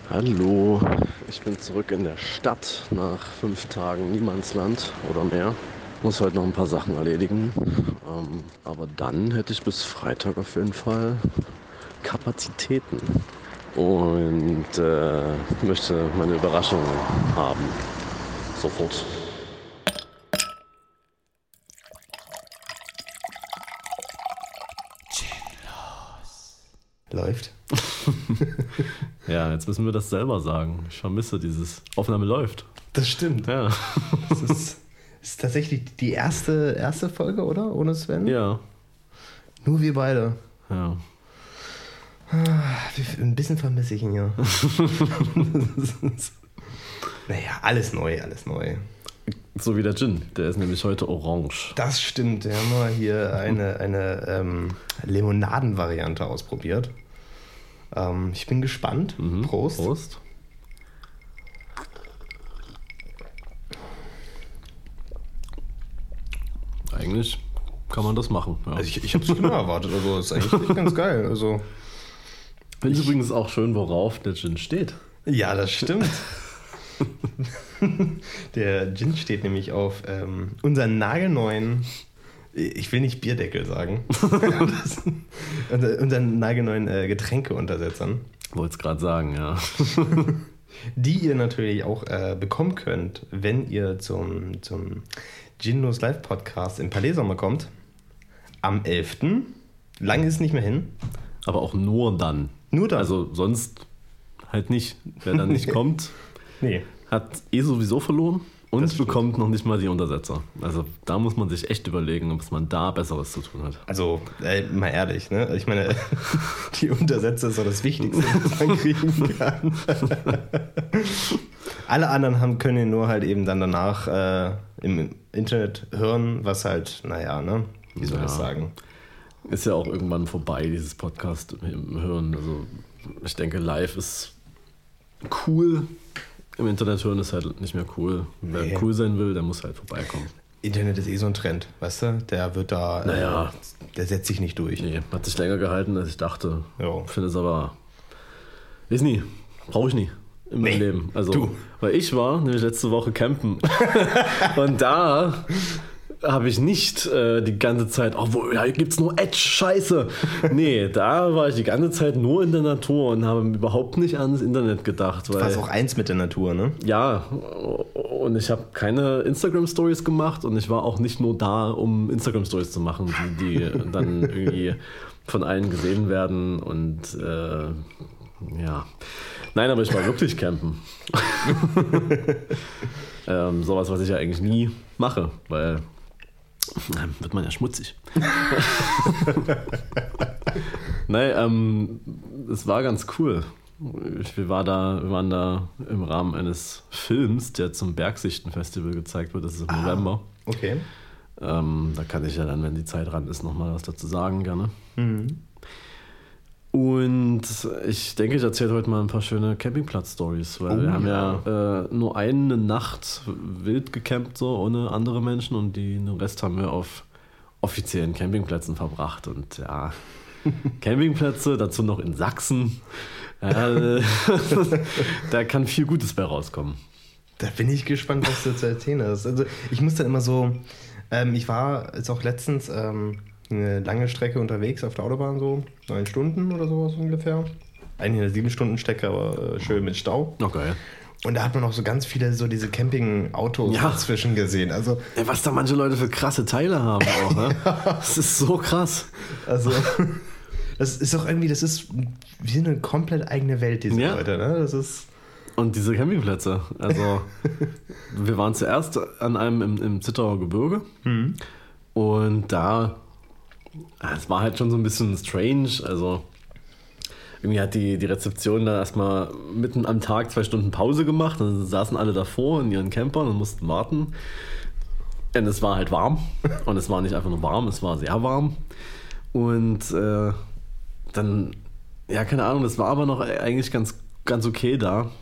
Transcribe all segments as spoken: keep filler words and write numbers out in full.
Hallo, ich bin zurück in der Stadt nach fünf Tagen Niemandsland oder mehr. Muss heute noch ein paar Sachen erledigen, ähm, aber dann hätte ich bis Freitag auf jeden Fall Kapazitäten und äh, möchte meine Überraschung haben. Sofort. Läuft. Ja, jetzt müssen wir das selber sagen. Ich vermisse dieses Aufnahme läuft. Das stimmt. Ja. Das ist, ist tatsächlich die erste, erste Folge, oder? Ohne Sven? Ja. Nur wir beide. Ja. Ein bisschen vermisse ich ihn ja. Naja, alles neu, alles neu. So wie der Gin, der ist nämlich heute orange. Das stimmt, wir haben mal hier eine, eine ähm, Limonaden-Variante ausprobiert. Ähm, ich bin gespannt. Mhm. Prost. Prost. Eigentlich kann man das machen. Ja. Also ich, ich habe es genau erwartet, also ist eigentlich echt ganz geil. Also, Finde ich übrigens auch schön, worauf der Gin steht. ja, das stimmt. Der Gin steht nämlich auf ähm, unseren nagelneuen, ich will nicht Bierdeckel sagen, unseren nagelneuen äh, Getränkeuntersetzern. Wollte es gerade sagen, ja. Die ihr natürlich auch äh, bekommen könnt, wenn ihr zum, zum Ginlos Live Podcast im Palais Sommer kommt. Am elften Lang ist es nicht mehr hin. Aber auch nur dann. Nur dann. Also sonst halt nicht. Wer dann nicht kommt, Nee. hat eh sowieso verloren und Das stimmt. bekommt noch nicht mal die Untersetzer. Also da muss man sich echt überlegen, ob man da Besseres zu tun hat. Also, äh, mal ehrlich, ne? Ich meine, die Untersätze ist doch das Wichtigste, was man kriegen kann. Alle anderen haben, können ihn nur halt eben dann danach äh, im Internet hören, was halt, naja, ne? Wie soll ich Ja. das sagen? Ist ja auch irgendwann vorbei, dieses Podcast im Hören. Also ich denke, live ist cool. Im Internet hören ist halt nicht mehr cool. Wer Nee. cool sein will, der muss halt vorbeikommen. Internet ist eh so ein Trend, weißt du? Der wird da, Naja. äh, der setzt sich nicht durch. Nee, hat sich länger gehalten, als ich dachte. Ja. Ich finde es aber, weiß nie, brauche ich nie in meinem Nee, Leben. Also, du. weil ich war nämlich letzte Woche campen und da habe ich nicht äh, die ganze Zeit, oh, wo ja, gibt's nur Edge, scheiße. Nee, da war ich die ganze Zeit nur in der Natur und habe überhaupt nicht an das Internet gedacht. Du Weil, warst auch eins mit der Natur, ne? ja, und ich habe keine Instagram-Stories gemacht und ich war auch nicht nur da, um Instagram-Stories zu machen, die, die dann irgendwie von allen gesehen werden und äh, ja. Nein, aber ich war wirklich campen. ähm, sowas, was ich ja eigentlich nie mache, weil dann wird man ja schmutzig. Nein, ähm, es war ganz cool. Wir, war da, wir waren da im Rahmen eines Films, der zum Bergsichtenfestival gezeigt wird. Das ist im Ah. November. Okay. Ähm, da kann ich ja dann, wenn die Zeit ran ist, nochmal was dazu sagen, gerne. Mhm. Und ich denke, ich erzähle heute mal ein paar schöne Campingplatz-Stories, weil Oh, wir haben ja. ja äh, nur eine Nacht wild gecampt, so ohne andere Menschen, und die, den Rest haben wir auf offiziellen Campingplätzen verbracht. Und ja, Campingplätze, dazu noch in Sachsen, äh, da kann viel Gutes bei rauskommen. Da bin ich gespannt, was du zu erzählen hast. Also ich muss dann immer so, ähm, ich war jetzt auch letztens ähm, eine lange Strecke unterwegs auf der Autobahn, so neun Stunden oder sowas ungefähr. Eigentlich eine sieben Stunden Strecke, aber äh, schön mit Stau. Okay. Und da hat man auch so ganz viele so diese Camping-Autos Ja. dazwischen gesehen. Also, Ja, was da manche Leute für krasse Teile haben auch, ne? Das ist so krass. also das ist doch irgendwie, das ist wie eine komplett eigene Welt, diese Ja. Leute, ne? Das ist... Und diese Campingplätze, also wir waren zuerst an einem im, im Zittauer Gebirge Mhm. und da, es war halt schon so ein bisschen strange, also irgendwie hat die, die Rezeption da erstmal mitten am Tag zwei Stunden Pause gemacht, dann saßen alle davor in ihren Campern und mussten warten. Und es war halt warm und es war nicht einfach nur warm, es war sehr warm und äh, dann, ja keine Ahnung, das war aber noch eigentlich ganz, ganz okay da.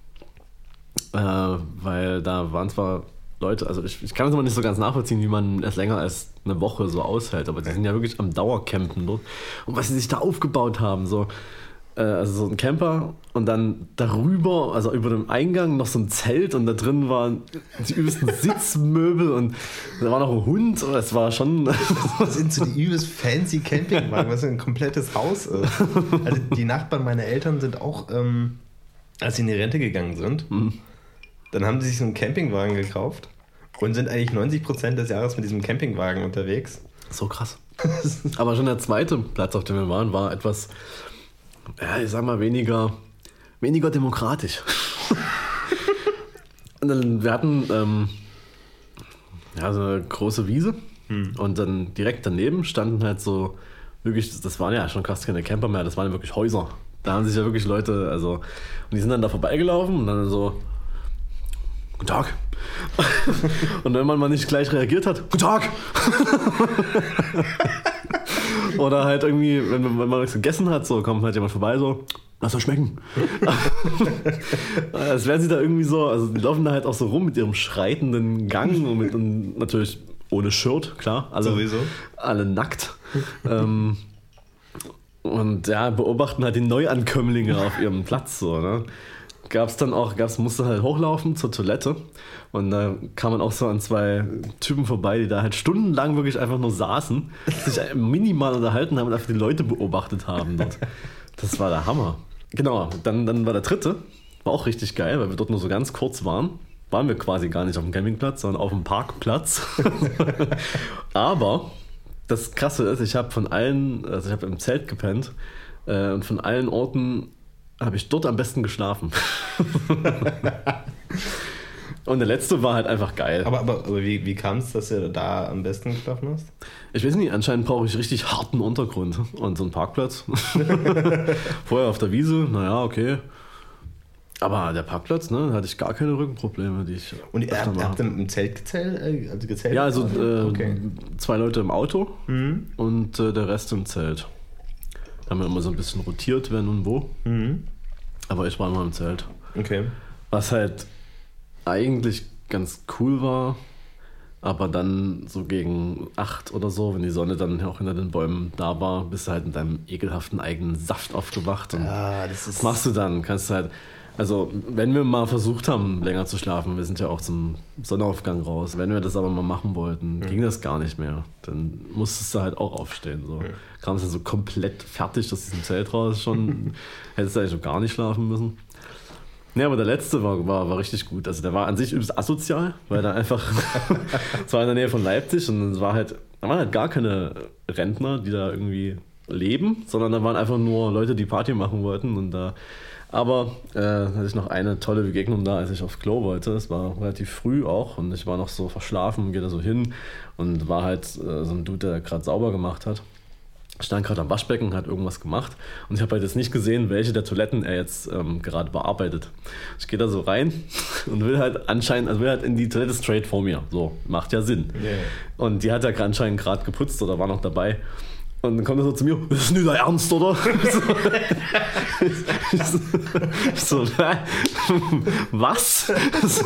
Äh, weil da waren zwar Leute, also ich, ich kann es aber nicht so ganz nachvollziehen, wie man es länger als eine Woche so aushält, aber die sind ja wirklich am Dauercampen dort. Und was sie sich da aufgebaut haben, so äh, also so ein Camper und dann darüber, also über dem Eingang noch so ein Zelt und da drin waren die übelsten Sitzmöbel und da war noch ein Hund und es war schon... Das sind so die übelst fancy Campingwagen, was ein komplettes Haus ist. Also die Nachbarn meiner Eltern sind auch, ähm, als sie in die Rente gegangen sind, mhm. dann haben sie sich so einen Campingwagen gekauft und sind eigentlich neunzig Prozent des Jahres mit diesem Campingwagen unterwegs. So krass. Aber schon der zweite Platz, auf dem wir waren, war etwas, ja, ich sag mal, weniger, weniger demokratisch. Und dann, wir hatten ähm, ja, so eine große Wiese hm. und dann direkt daneben standen halt so wirklich, das waren ja schon fast keine Camper mehr, das waren ja wirklich Häuser. Da haben sich ja wirklich Leute, also, und die sind dann da vorbeigelaufen und dann so, guten Tag. Und wenn man mal nicht gleich reagiert hat, guten Tag. Oder halt irgendwie, wenn, wenn man was gegessen hat, so kommt halt jemand vorbei, so, lass das schmecken. Als wären sie da irgendwie so, also die laufen da halt auch so rum mit ihrem schreitenden Gang und, mit, und natürlich ohne Shirt, klar, alle, Sowieso. alle nackt. ähm, und ja, beobachten halt die Neuankömmlinge auf ihrem Platz, so, ne? Gab's dann auch, gab's, musste halt hochlaufen zur Toilette und da kam man auch so an zwei Typen vorbei, die da halt stundenlang wirklich einfach nur saßen, sich minimal unterhalten haben und einfach die Leute beobachtet haben dort. Das war der Hammer. Genau, dann, dann war der dritte, war auch richtig geil, weil wir dort nur so ganz kurz waren. Waren wir quasi gar nicht auf dem Campingplatz, sondern auf dem Parkplatz. Aber das Krasse ist, ich habe von allen, also ich habe im Zelt gepennt äh, und von allen Orten habe ich dort am besten geschlafen. Und der letzte war halt einfach geil. Aber, aber, aber wie, wie kam es, dass du da am besten geschlafen hast? Ich weiß nicht, anscheinend brauche ich richtig harten Untergrund und so einen Parkplatz. Vorher auf der Wiese, naja, okay. Aber der Parkplatz, ne, da hatte ich gar keine Rückenprobleme, die ich. Und ihr habt, habt ihr im Zelt gezählt? Also gezählt? Ja, also äh, okay. zwei Leute im Auto mhm. und äh, der Rest im Zelt. Da haben wir immer so ein bisschen rotiert, wer nun wo. Mhm. Aber ich war immer im Zelt. Okay. Was halt eigentlich ganz cool war, aber dann so gegen acht oder so, wenn die Sonne dann auch hinter den Bäumen da war, bist du halt in deinem ekelhaften eigenen Saft aufgewacht. Und ja, das ist was machst du dann? Kannst du halt, also wenn wir mal versucht haben, länger zu schlafen, wir sind ja auch zum Sonnenaufgang raus, wenn wir das aber mal machen wollten, mhm. ging das gar nicht mehr. Dann musstest du halt auch aufstehen. So. Mhm. Kamst du so komplett fertig aus diesem Zelt raus schon, hättest du eigentlich schon gar nicht schlafen müssen. Ja, aber der letzte war, war, war richtig gut. Also der war an sich übelst asozial, weil da einfach, es war in der Nähe von Leipzig und es war halt, da waren halt gar keine Rentner, die da irgendwie leben, sondern da waren einfach nur Leute, die Party machen wollten und da, aber äh, hatte ich noch eine tolle Begegnung da, als ich aufs Klo wollte. Es war relativ früh auch und ich war noch so verschlafen, gehe da so hin und war halt äh, so ein Dude, der gerade sauber gemacht hat. Stand gerade am Waschbecken, hat irgendwas gemacht und ich habe halt jetzt nicht gesehen, welche der Toiletten er jetzt ähm, gerade bearbeitet. Ich gehe da so rein und will halt anscheinend, also will halt in die Toilette straight vor mir. So, macht ja Sinn. Yeah. Und die hat er anscheinend gerade geputzt oder war noch dabei. Und dann kommt er so zu mir, das ist nicht dein Ernst, oder? ich so, ich so, was?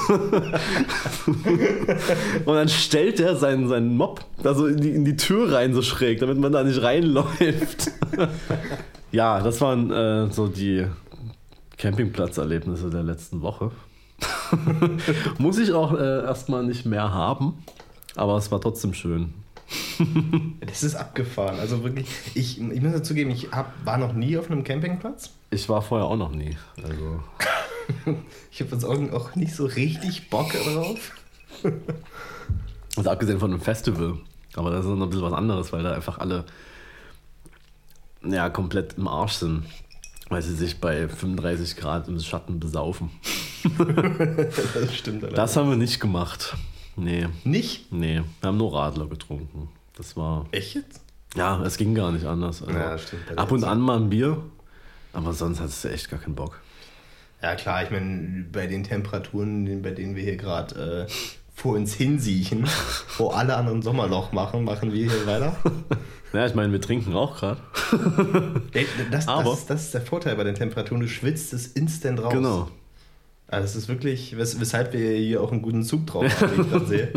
Und dann stellt er seinen, seinen Mopp da so in die, in die Tür rein, so schräg, damit man da nicht reinläuft. Ja, das waren äh, so die Campingplatzerlebnisse der letzten Woche. Muss ich auch äh, erstmal nicht mehr haben, aber es war trotzdem schön. Das ist abgefahren. Also wirklich, ich, ich muss dazu geben, ich hab, war noch nie auf einem Campingplatz. Ich war vorher auch noch nie. Also. Ich habe jetzt auch, auch nicht so richtig Bock drauf. Also abgesehen von einem Festival. Aber das ist noch ein bisschen was anderes, weil da einfach alle ja, komplett im Arsch sind. Weil sie sich bei fünfunddreißig Grad im Schatten besaufen. Das stimmt. Allerdings. Das haben wir nicht gemacht. Nee. Nicht? Nee, wir haben nur Radler getrunken. Das war... Echt jetzt? Ja, es ging gar nicht anders. Also ja, stimmt. Ab und an mal ein Bier, aber sonst hattest du echt gar keinen Bock. Ja klar, ich meine, bei den Temperaturen, bei denen wir hier gerade äh, vor uns hinsiechen, wo alle anderen Sommerloch machen, machen wir hier weiter. Ja, ich meine, wir trinken auch gerade. Das, das, das, das ist der Vorteil bei den Temperaturen, du schwitzt es instant raus. Genau. Also das ist wirklich, wes- weshalb wir hier auch einen guten Zug drauf haben, wie ich das sehe.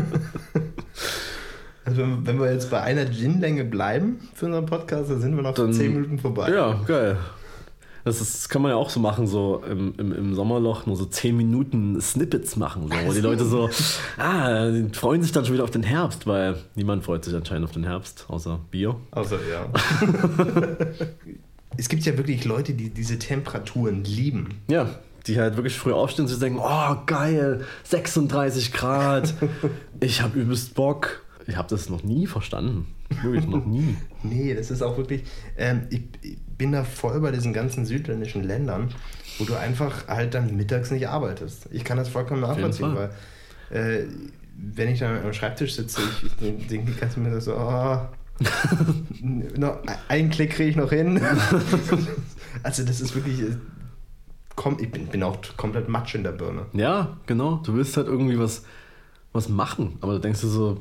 Also wenn, wenn wir jetzt bei einer Gin-Länge bleiben für unseren Podcast, dann sind wir noch dann, zehn Minuten vorbei. Ja, geil. Das, ist, das kann man ja auch so machen, so im, im, im Sommerloch nur so zehn Minuten Snippets machen, so, wo die Leute so, ah, die freuen sich dann schon wieder auf den Herbst, weil niemand freut sich anscheinend auf den Herbst, außer Bier. Außer, ja. Es gibt ja wirklich Leute, die diese Temperaturen lieben. Ja, die halt wirklich früh aufstehen und sich denken, oh geil, sechsunddreißig Grad, ich hab übelst Bock. Ich habe das noch nie verstanden. Wirklich noch nie. Nee, das ist auch wirklich, ähm, ich, ich bin da voll bei diesen ganzen südländischen Ländern, wo du einfach halt dann mittags nicht arbeitest. Ich kann das vollkommen nachvollziehen, weil äh, wenn ich dann am Schreibtisch sitze, ich, ich denke die ganze Zeit so, oh, noch einen Klick kriege ich noch hin. Also das ist wirklich, komm, ich bin, bin auch komplett Matsch in der Birne. Ja, genau. Du willst halt irgendwie was, was machen, aber du denkst dir so,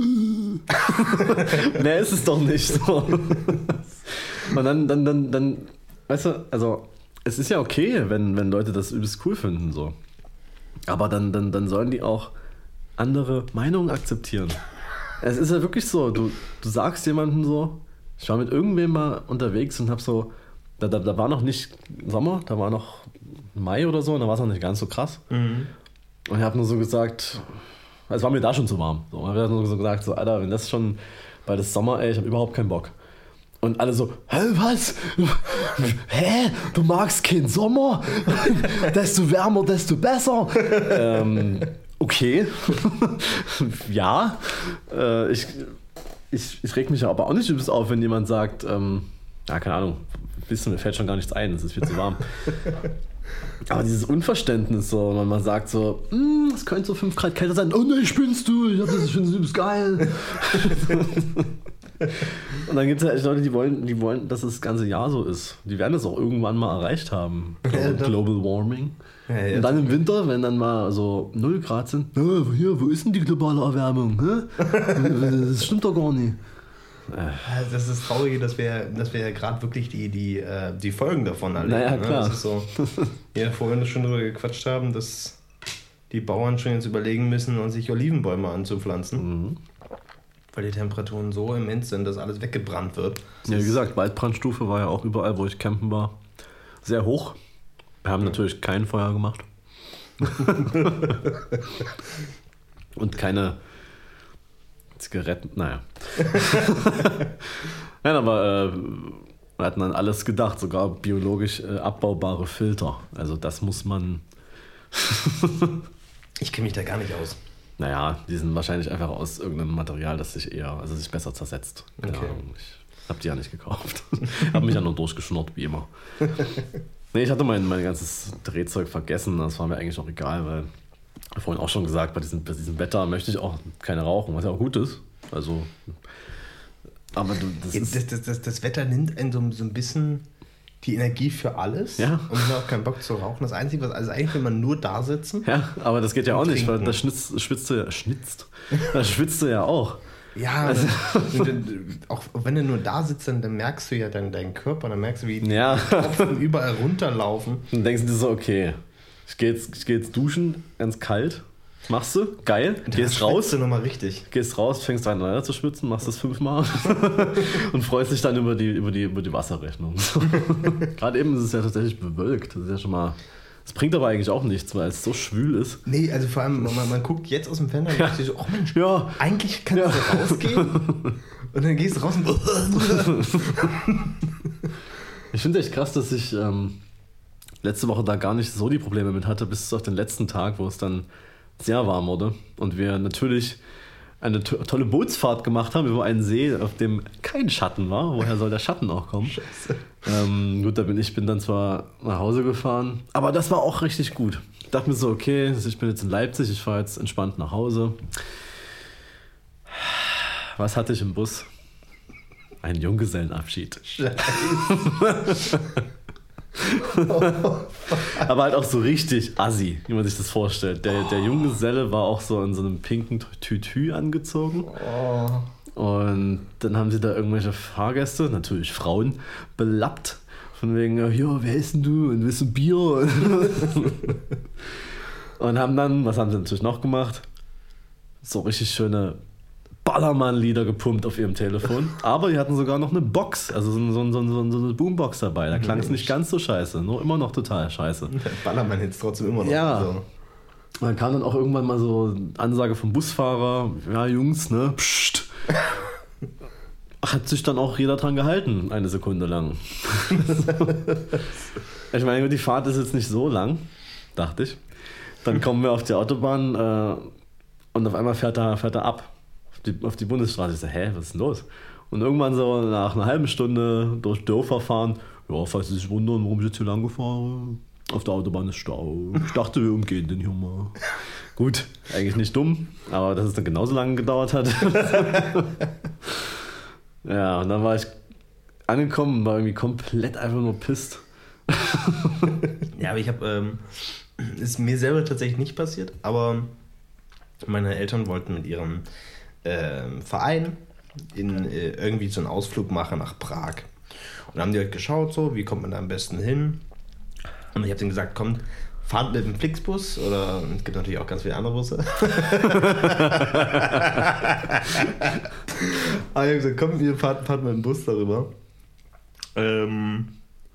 mehr ist es doch nicht so. Und dann, dann, dann, dann, weißt du, also es ist ja okay, wenn, wenn Leute das übelst cool finden, so. Aber dann, dann, dann sollen die auch andere Meinungen akzeptieren. Es ist ja wirklich so, du, du sagst jemandem so, ich war mit irgendwem mal unterwegs und hab so, da, da, da war noch nicht Sommer, da war noch Mai oder so, und da war es noch nicht ganz so krass. Mhm. Und ich habe nur so gesagt, es war mir da schon zu warm. So, und ich habe nur so gesagt, so, Alter, wenn das schon bald ist Sommer, ey, ich habe überhaupt keinen Bock. Und alle so, hä, was? Hä? Du magst keinen Sommer? Desto wärmer, desto besser. ähm, okay. Ja. Äh, ich, ich, ich reg mich ja aber auch nicht übelst auf, wenn jemand sagt, ähm, ja, keine Ahnung, wissen, mir fällt schon gar nichts ein, es ist viel zu warm. Aber dieses Unverständnis, so, wenn man sagt so, es könnte so fünf Grad kälter sein, oh ne, spinnst du, ich, hab das, ich finde das übelst geil. Und dann gibt es ja echt Leute, die wollen, die wollen, dass das ganze Jahr so ist. Die werden das auch irgendwann mal erreicht haben. Ja, Global Warming. Ja, ja, und dann im Winter, wenn dann mal so null Grad sind, ja, hier, wo ist denn die globale Erwärmung? Hä? Das stimmt doch gar nicht. Das ist traurig, dass wir, dass wir ja gerade wirklich die, die, die Folgen davon erleben. Naja, klar. Das ist so, ja, vorhin schon drüber gequatscht haben, dass die Bauern schon jetzt überlegen müssen, und sich Olivenbäume anzupflanzen. Mhm. Weil die Temperaturen so immens sind, dass alles weggebrannt wird. Das ja, wie gesagt, Waldbrandstufe war ja auch überall, wo ich campen war, sehr hoch. Wir haben ja. natürlich kein Feuer gemacht. Und keine Zigaretten, naja. Nein, aber äh, wir hatten an alles gedacht, sogar biologisch äh, abbaubare Filter. Also das muss man... Ich kenne mich da gar nicht aus. Naja, die sind wahrscheinlich einfach aus irgendeinem Material, das sich eher, also sich besser zersetzt. Keine okay. Ahnung. Ich habe die ja nicht gekauft. Habe mich ja nur durchgeschnurrt, wie immer. Nee, ich hatte mein, mein ganzes Drehzeug vergessen. Das war mir eigentlich auch egal, weil vorhin auch schon gesagt, bei diesem, bei diesem Wetter möchte ich auch keine rauchen, was ja auch gut ist. Also, aber du, das, ja, das, das, das, das Wetter nimmt einen so, so ein bisschen die Energie für alles. Ja. Und man hat auch keinen Bock zu rauchen. Das Einzige, was, also eigentlich will man nur da sitzen. Ja, aber das geht ja auch nicht, weil da schnitzt, schwitzt du ja, schnitzt. Da schwitzt du ja auch. Ja, also, auch wenn du nur da sitzt, dann, dann merkst du ja dann deinen Körper, dann merkst du, wie die ja. Tropfen überall runterlaufen. Dann denkst du dir so, okay, ich gehe jetzt, ich geh jetzt duschen, ganz kalt. Machst du, geil, gehst raus. Du nochmal richtig. Gehst raus, fängst an weiter zu schwitzen, machst das fünfmal und freust dich dann über die, über die, über die Wasserrechnung. Gerade eben ist es ja tatsächlich bewölkt. Das ist ja schon mal. Das bringt aber eigentlich auch nichts, weil es so schwül ist. Nee, also vor allem, man, man guckt jetzt aus dem Fenster und ja. denkt sich so, oh Mensch, ja. eigentlich kannst ja. du rausgehen. Und dann gehst du raus und. Ich finde echt krass, dass ich ähm, letzte Woche da gar nicht so die Probleme mit hatte, bis auf den letzten Tag, wo es dann sehr warm wurde und wir natürlich eine to- tolle Bootsfahrt gemacht haben über einen See, auf dem kein Schatten war. Woher soll der Schatten auch kommen? Scheiße. Ähm, gut, da bin ich bin dann zwar nach Hause gefahren, aber das war auch richtig gut. Ich dachte mir so, okay, ich bin jetzt in Leipzig, ich fahre jetzt entspannt nach Hause. Was hatte ich im Bus? Einen Junggesellenabschied. Scheiße. Aber halt auch so richtig assi, wie man sich das vorstellt. Der, der Junggeselle war auch so in so einem pinken Tütü angezogen. Oh. Und dann haben sie da irgendwelche Fahrgäste, natürlich Frauen, belappt. Von wegen, ja, wer ist denn du? Und willst du Bier? Und haben dann, was haben sie natürlich noch gemacht? So richtig schöne Ballermann-Lieder gepumpt auf ihrem Telefon. Aber die hatten sogar noch eine Box, also so, so, so, so, so eine Boombox dabei. Da klang es nicht ganz so scheiße, nur immer noch total scheiße. Ballermann jetzt trotzdem immer noch. Ja. So. Dann kam dann auch irgendwann mal so Ansage vom Busfahrer, ja Jungs, ne, pst. Hat sich dann auch jeder dran gehalten, eine Sekunde lang. Ich meine, die Fahrt ist jetzt nicht so lang, dachte ich. Dann kommen wir auf die Autobahn äh, und auf einmal fährt er, fährt er ab auf die, auf die Bundesstraße. Ich so, hä, was ist denn los? Und irgendwann so nach einer halben Stunde durch Dörfer fahren, ja, falls Sie sich wundern, warum ich jetzt hier lang gefahren, auf der Autobahn ist Stau. Ich dachte, wir umgehen den hier mal. Gut, eigentlich nicht dumm, aber dass es dann genauso lange gedauert hat. Ja, und dann war ich angekommen und war irgendwie komplett einfach nur pisst. Ja, aber ich habe, ähm, ist mir selber tatsächlich nicht passiert, aber meine Eltern wollten mit ihrem ähm, Verein in, äh, irgendwie so einen Ausflug machen nach Prag. Und dann haben die halt geschaut, so, wie kommt man da am besten hin? Und ich habe denen gesagt, kommt, fahrt mit dem Flixbus oder es gibt natürlich auch ganz viele andere Busse. Aber ich habe gesagt, kommt, ihr fahrt, fahrt mit dem Bus darüber. Ähm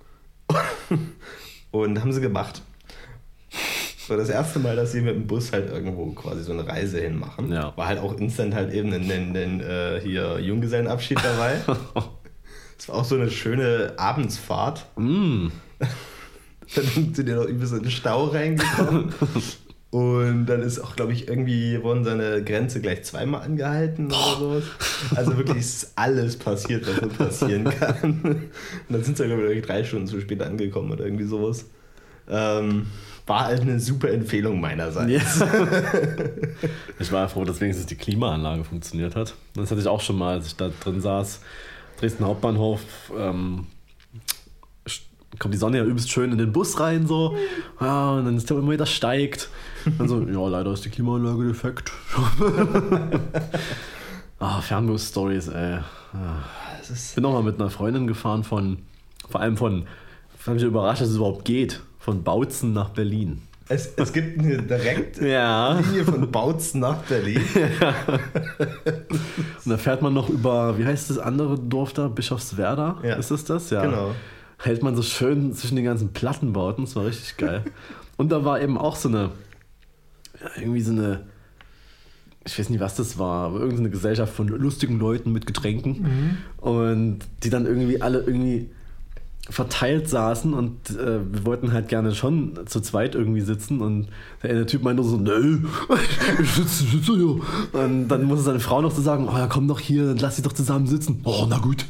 und haben sie gemacht. So das erste Mal, dass sie mit dem Bus halt irgendwo quasi so eine Reise hinmachen. Ja. War halt auch instant halt eben ein, ein, ein, ein hier Junggesellenabschied dabei. Es war auch so eine schöne Abendsfahrt. Mm. Dann sind die noch übelst in den Stau reingekommen. Und dann ist auch, glaube ich, irgendwie wurden seine Grenze gleich zweimal angehalten oder sowas. Also wirklich ist alles passiert, was so passieren kann. Und dann sind sie, glaube ich, drei Stunden zu spät angekommen oder irgendwie sowas. Ähm, war halt eine super Empfehlung meinerseits. Ja. Ich war froh, dass wenigstens die Klimaanlage funktioniert hat. Das hatte ich auch schon mal, als ich da drin saß. Dresden Hauptbahnhof, ähm, kommt die Sonne ja übelst schön in den Bus rein, so. Ja, und dann ist der immer wieder steigt. Dann so, ja, leider ist die Klimaanlage defekt. Ah, Fernbus-Stories, ey. Ich bin auch mal mit einer Freundin gefahren von, vor allem von, ich habe mich überrascht, dass es überhaupt geht, von Bautzen nach Berlin. Es, es gibt eine direkte ja. Linie von Bautzen nach Berlin. Ja. Und da fährt man noch über, wie heißt das andere Dorf da? Bischofswerda? Ja. Ist es das? Ja. Genau. Hält man so schön zwischen den ganzen Plattenbauten, das war richtig geil. Und da war eben auch so eine, ja, irgendwie so eine, ich weiß nicht, was das war, aber irgendeine Gesellschaft von lustigen Leuten mit Getränken. Mhm. Und die dann irgendwie alle irgendwie verteilt saßen und äh, wir wollten halt gerne schon zu zweit irgendwie sitzen und der eine Typ meinte so, nö, ich sitze, sitze hier. Und dann musste seine Frau noch so sagen, oh ja, komm doch hier, dann lass dich doch zusammen sitzen. Oh, na gut.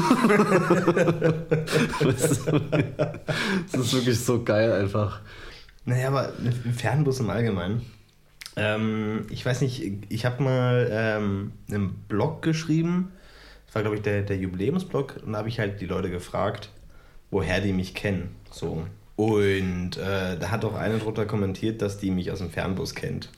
Das ist wirklich so geil einfach. Naja, aber im Fernbus im Allgemeinen. Ähm, ich weiß nicht, ich habe mal ähm, einen Blog geschrieben, das war glaube ich der, der Jubiläumsblog, und da habe ich halt die Leute gefragt, woher die mich kennen. So. Und äh, da hat auch eine drunter kommentiert, dass die mich aus dem Fernbus kennt.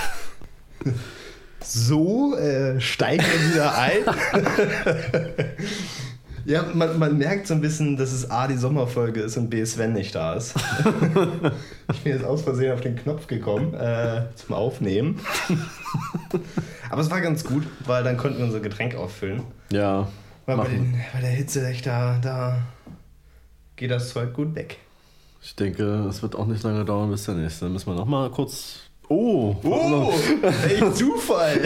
So äh, steigt er wieder ein. Ja, man, man merkt so ein bisschen, dass es A, die Sommerfolge ist und B, Sven nicht da ist. Ich bin jetzt aus Versehen auf den Knopf gekommen äh, zum Aufnehmen. Aber es war ganz gut, weil dann konnten wir unser Getränk auffüllen. Ja. Weil bei, den, bei der Hitze echt da, da geht das Zeug gut weg. Ich denke, es wird auch nicht lange dauern bis der nächste. Dann müssen wir nochmal kurz... Oh! Oh! Echt Zufall!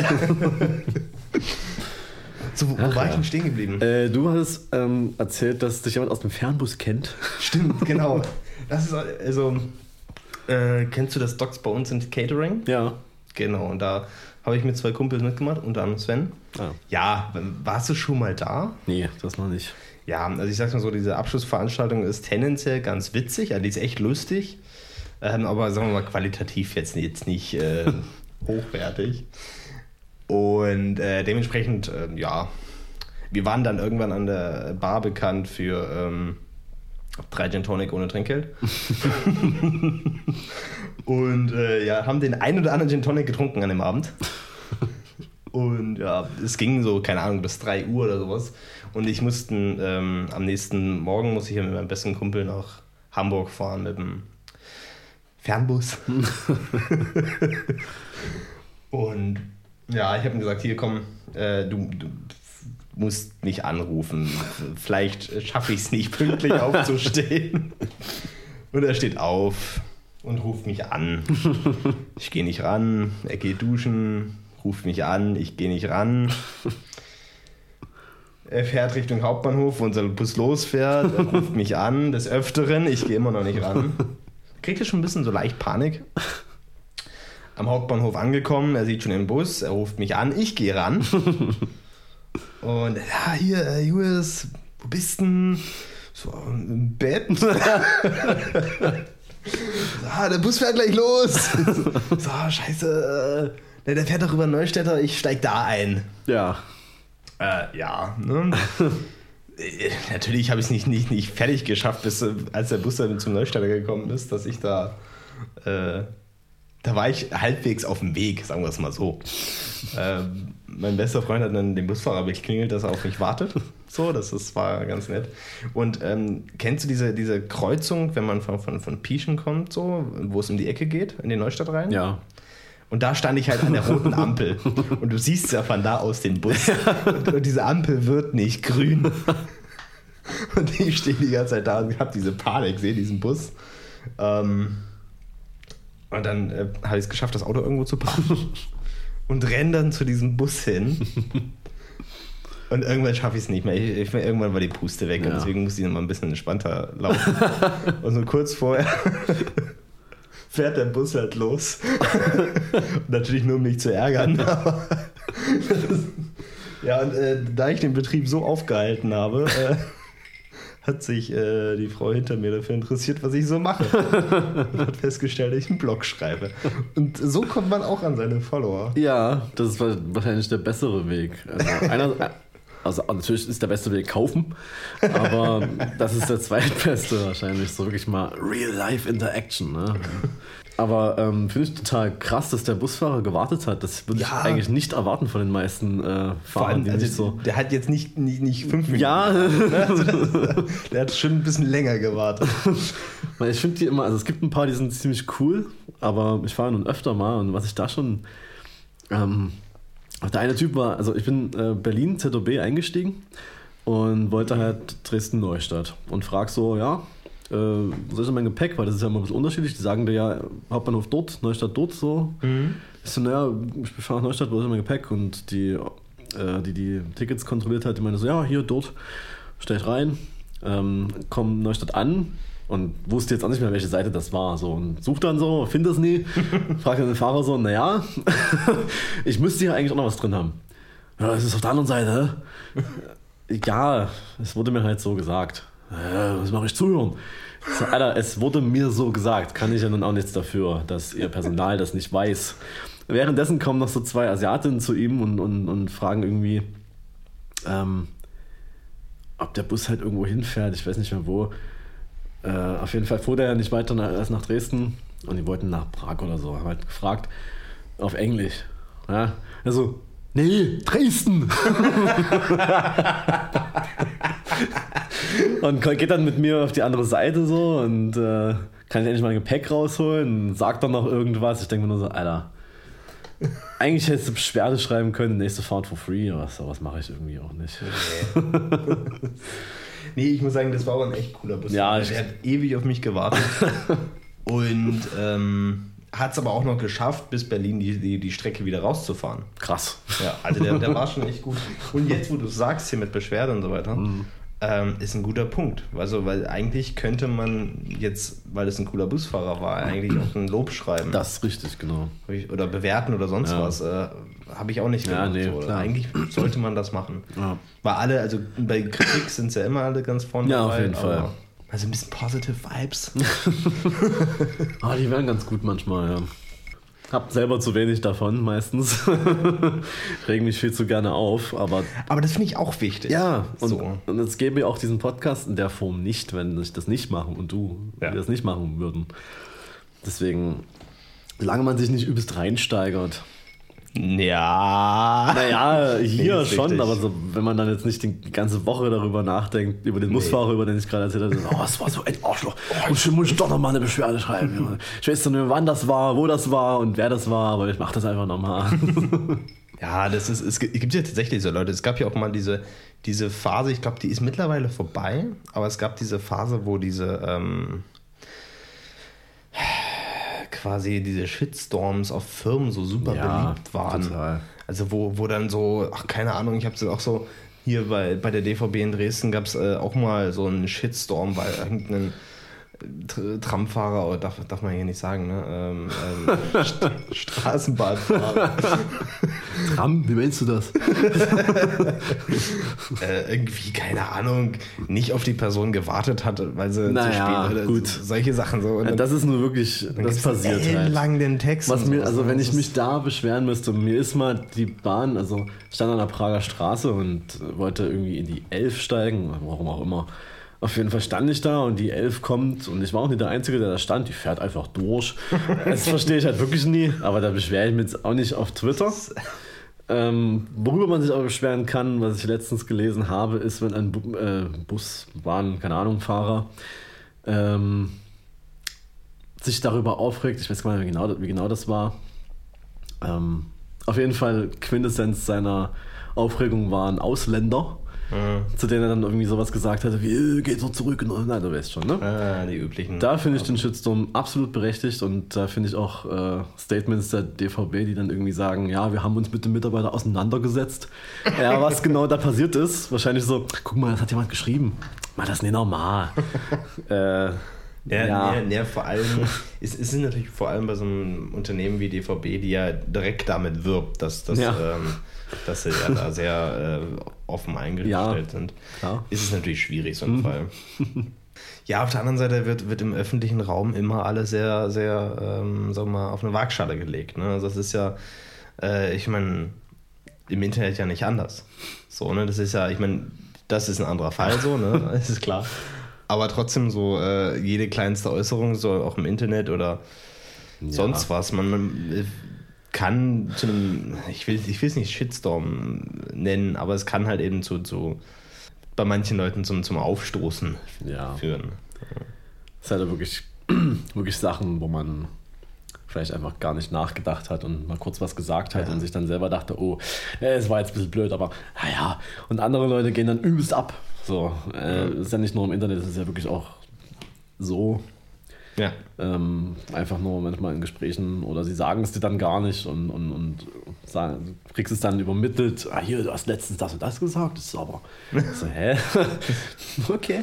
So, wo Ach, war ja. ich denn stehen geblieben? Äh, du hast ähm, erzählt, dass dich jemand aus dem Fernbus kennt. Stimmt, genau. Das ist also... Äh, kennst du das Docs bei uns in Catering? Ja. Genau, und da habe ich mit zwei Kumpels mitgemacht, unter anderem Sven. Ah. Ja, warst du schon mal da? Nee, das noch nicht. Ja, also ich sag's mal so, diese Abschlussveranstaltung ist tendenziell ganz witzig, also die ist echt lustig, ähm, aber sagen wir mal qualitativ jetzt, jetzt nicht äh, hochwertig. Und äh, dementsprechend, äh, ja, wir waren dann irgendwann an der Bar bekannt für ähm, drei Gin Tonic ohne Trinkgeld. Und äh, ja, haben den ein oder anderen Gin Tonic getrunken an dem Abend. Und ja, es ging so, keine Ahnung, bis drei Uhr oder sowas. Und ich musste, ähm, am nächsten Morgen muss ich ja mit meinem besten Kumpel nach Hamburg fahren mit dem Fernbus. Und Ja, ich habe ihm gesagt, hier komm, äh, du, du musst mich anrufen. Vielleicht schaffe ich es nicht, pünktlich aufzustehen. Und er steht auf und ruft mich an. Ich gehe nicht ran, er geht duschen, ruft mich an, ich gehe nicht ran. Er fährt Richtung Hauptbahnhof, wo unser Bus losfährt, er ruft mich an, des Öfteren, ich gehe immer noch nicht ran. Kriegt er schon ein bisschen so leicht Panik. Am Hauptbahnhof angekommen, er sieht schon den Bus, er ruft mich an, ich gehe ran. Und ja, hier, äh, Julius, wo bist denn? So, im Bett. Ah, der Bus fährt gleich los. So, scheiße. Der, der fährt doch über Neustädter, ich steig da ein. Ja. Äh, ja, ne? Natürlich habe ich es nicht, nicht, nicht fertig geschafft, bis als der Bus dann zum Neustädter gekommen ist, dass ich da, äh, da war ich halbwegs auf dem Weg, sagen wir es mal so. Äh, mein bester Freund hat dann den Busfahrer geklingelt, dass er auf mich wartet. So, das, das war ganz nett. Und ähm, kennst du diese, diese Kreuzung, wenn man von, von, von Pieschen kommt, so, wo es um die Ecke geht, in die Neustadt rein? Ja. Und da stand ich halt an der roten Ampel. Und du siehst ja von da aus den Bus. Und, und diese Ampel wird nicht grün. Und ich stehe die ganze Zeit da und habe diese Panik, sehe diesen Bus. Ähm, und dann äh, habe ich es geschafft, das Auto irgendwo zu parken. Und renne dann zu diesem Bus hin. Und irgendwann schaffe ich es nicht mehr. Ich, ich, irgendwann war die Puste weg. Ja. Und deswegen musste ich noch mal ein bisschen entspannter laufen. Und so kurz vorher fährt der Bus halt los. Und natürlich nur, um mich zu ärgern. Aber ja, und äh, da ich den Betrieb so aufgehalten habe, äh, hat sich äh, die Frau hinter mir dafür interessiert, was ich so mache. Und hat festgestellt, dass ich einen Blog schreibe. Und so kommt man auch an seine Follower. Ja, das ist wahrscheinlich der bessere Weg. Also, einer, also natürlich ist der beste Weg kaufen, aber das ist der zweitbeste wahrscheinlich. So wirklich mal Real-Life-Interaction. Ne? Aber ähm, finde ich total krass, dass der Busfahrer gewartet hat. Das würde ja. ich eigentlich nicht erwarten von den meisten äh, Fahrern, die also nicht so... Der hat jetzt nicht, nicht, nicht fünf Minuten. Ja. Also das, der hat schon ein bisschen länger gewartet. Ich finde die immer... Also es gibt ein paar, die sind ziemlich cool, aber ich fahre nun öfter mal und was ich da schon... Ähm, der eine Typ war... Also ich bin äh, Berlin Z O B eingestiegen und wollte halt Dresden-Neustadt und frag so, ja... Äh, was ist denn mein Gepäck? Weil das ist ja immer ein bisschen unterschiedlich. Die sagen dir ja, Hauptbahnhof dort, Neustadt dort, so. Mhm. Ich so, naja, ich fahre nach Neustadt, wo ist mein Gepäck? Und die, äh, die die Tickets kontrolliert hat, die meinte so, ja, hier, dort, stell ich rein, ähm, komm Neustadt an und wusste jetzt auch nicht mehr, welche Seite das war. So. Und such dann so, find das nie, fragt dann den Fahrer so, naja, ich müsste hier eigentlich auch noch was drin haben. Ja, das ist auf der anderen Seite. Ja, es wurde mir halt so gesagt. Ja, was mache ich zuhören? So, Alter, es wurde mir so gesagt, kann ich ja nun auch nichts dafür, dass ihr Personal das nicht weiß. Währenddessen kommen noch so zwei Asiatinnen zu ihm und, und, und fragen irgendwie, ähm, ob der Bus halt irgendwo hinfährt, ich weiß nicht mehr wo. Äh, auf jeden Fall fuhr der ja nicht weiter als nach Dresden und die wollten nach Prag oder so, haben halt gefragt, auf Englisch. Ja, also, nee, Dresden! Und geht dann mit mir auf die andere Seite so und äh, kann ich endlich mein Gepäck rausholen und sagt dann noch irgendwas. Ich denke mir nur so, Alter, eigentlich hättest du Beschwerde schreiben können, nächste Fahrt for free, aber sowas mache ich irgendwie auch nicht. Nee. Nee, ich muss sagen, das war aber ein echt cooler Bus. Ja, der hat ewig auf mich gewartet und ähm, hat es aber auch noch geschafft, bis Berlin die, die, die Strecke wieder rauszufahren. Krass. Ja, also der, der war schon echt gut. Und jetzt, wo du sagst, hier mit Beschwerde und so weiter, mhm. ähm, ist ein guter Punkt. Also, weil eigentlich könnte man jetzt, weil es ein cooler Busfahrer war, eigentlich auch ein Lob schreiben. Das ist richtig, genau. Oder bewerten oder sonst ja. was. Äh, Habe ich auch nicht gemacht. Ja, nee, so. Eigentlich sollte man das machen. Ja. Weil alle, also bei Kritik sind es ja immer alle ganz vorne ja, dabei. Auf jeden Fall. Also ein bisschen positive Vibes. Oh, die werden ganz gut manchmal, ja. Hab selber zu wenig davon meistens. Regen mich viel zu gerne auf, aber... Aber das finde ich auch wichtig. Ja, und, so. und es gäbe ja auch diesen Podcast in der Form nicht, wenn ich das nicht mache und du ja. das nicht machen würden. Deswegen, solange man sich nicht übelst reinsteigert. Ja. Naja, hier schon, richtig. Aber so, wenn man dann jetzt nicht die ganze Woche darüber nachdenkt, über den nee. Busfahrer, über den ich gerade erzählt habe, so, oh, es war so ein Arschloch. Oh, ich muss doch noch mal eine Beschwerde schreiben. Ich weiß nicht mehr, wann das war, wo das war und wer das war, aber ich mache das einfach nochmal. Ja, das ist, es gibt ja tatsächlich so Leute. Es gab ja auch mal diese, diese Phase, ich glaube, die ist mittlerweile vorbei, aber es gab diese Phase, wo diese ähm, quasi diese Shitstorms auf Firmen so super Ja, beliebt waren. total. Also wo, wo dann so, ach keine Ahnung, ich habe es auch so, hier bei, bei der D V B in Dresden gab es äh, auch mal so einen Shitstorm bei irgendeinem Tr- Tramfahrer, oder darf, darf man hier nicht sagen, ne? Ähm, ähm, St- Straßenbahnfahrer. Tram, wie meinst du das? äh, irgendwie, keine Ahnung, nicht auf die Person gewartet hat, weil sie Naja, zu spät oder gut. so, solche Sachen so. Und Ja, dann, das ist nur wirklich, dann das gibt's passiert halt. ellenlang den Text. Was und mir, sowas, also ne? wenn Das ich ist- mich da beschweren müsste, mir ist mal die Bahn, also ich stand an der Prager Straße und wollte irgendwie in die elf steigen, warum auch immer. Auf jeden Fall stand ich da und die elf kommt und ich war auch nicht der Einzige, der da stand, die fährt einfach durch. Das verstehe ich halt wirklich nie, aber da beschwere ich mich jetzt auch nicht auf Twitter. Ähm, worüber man sich aber beschweren kann, was ich letztens gelesen habe, ist, wenn ein Bu äh, Bus, Bahn, keine Ahnung, Fahrer ähm, sich darüber aufregt, ich weiß gar nicht, wie genau, wie genau das war. Ähm, auf jeden Fall Quintessenz seiner Aufregung waren Ausländer, Mhm. zu denen er dann irgendwie sowas gesagt hatte, wie, äh, geht so zurück. Und, nein, du weißt schon, ne? Ah, die üblichen. Da finde ich den Shitstorm absolut berechtigt und da finde ich auch äh, Statements der D V B, die dann irgendwie sagen, ja, wir haben uns mit dem Mitarbeiter auseinandergesetzt. Ja, was genau da passiert ist, wahrscheinlich so, guck mal, das hat jemand geschrieben. Mal das nicht normal. äh, Ja, ja. ja. ja, vor allem, es ist natürlich vor allem bei so einem Unternehmen wie D V B, die ja direkt damit wirbt, dass, dass, Ja. ähm, dass sie ja da sehr äh, offen eingestellt Ja, sind, klar. ist es natürlich schwierig, so ein Fall. Ja, auf der anderen Seite wird, wird im öffentlichen Raum immer alles sehr, sehr, ähm, sagen wir mal, auf eine Waagschale gelegt. Ne? Also das ist ja, äh, ich meine, im Internet ja nicht anders. So, ne, das ist ja, ich meine, das ist ein anderer Fall so, ne, das ist klar. Aber trotzdem so, äh, jede kleinste Äußerung, so auch im Internet oder Ja. sonst was, man, man kann zu einem, ich will, ich will es nicht Shitstorm nennen, aber es kann halt eben zu, zu bei manchen Leuten zum, zum Aufstoßen Ja. führen. Das sind halt wirklich, wirklich Sachen, wo man vielleicht einfach gar nicht nachgedacht hat und mal kurz was gesagt hat Ja. und sich dann selber dachte, oh, äh, es war jetzt ein bisschen blöd, aber naja. Und andere Leute gehen dann übelst ab. So, äh, das ist ja nicht nur im Internet, das ist ja wirklich auch so. Ja. Ähm, einfach nur manchmal in Gesprächen oder sie sagen es dir dann gar nicht und, und, und sagen, du kriegst es dann übermittelt, ah hier, du hast letztens das und das gesagt, das ist aber so, hä? Okay.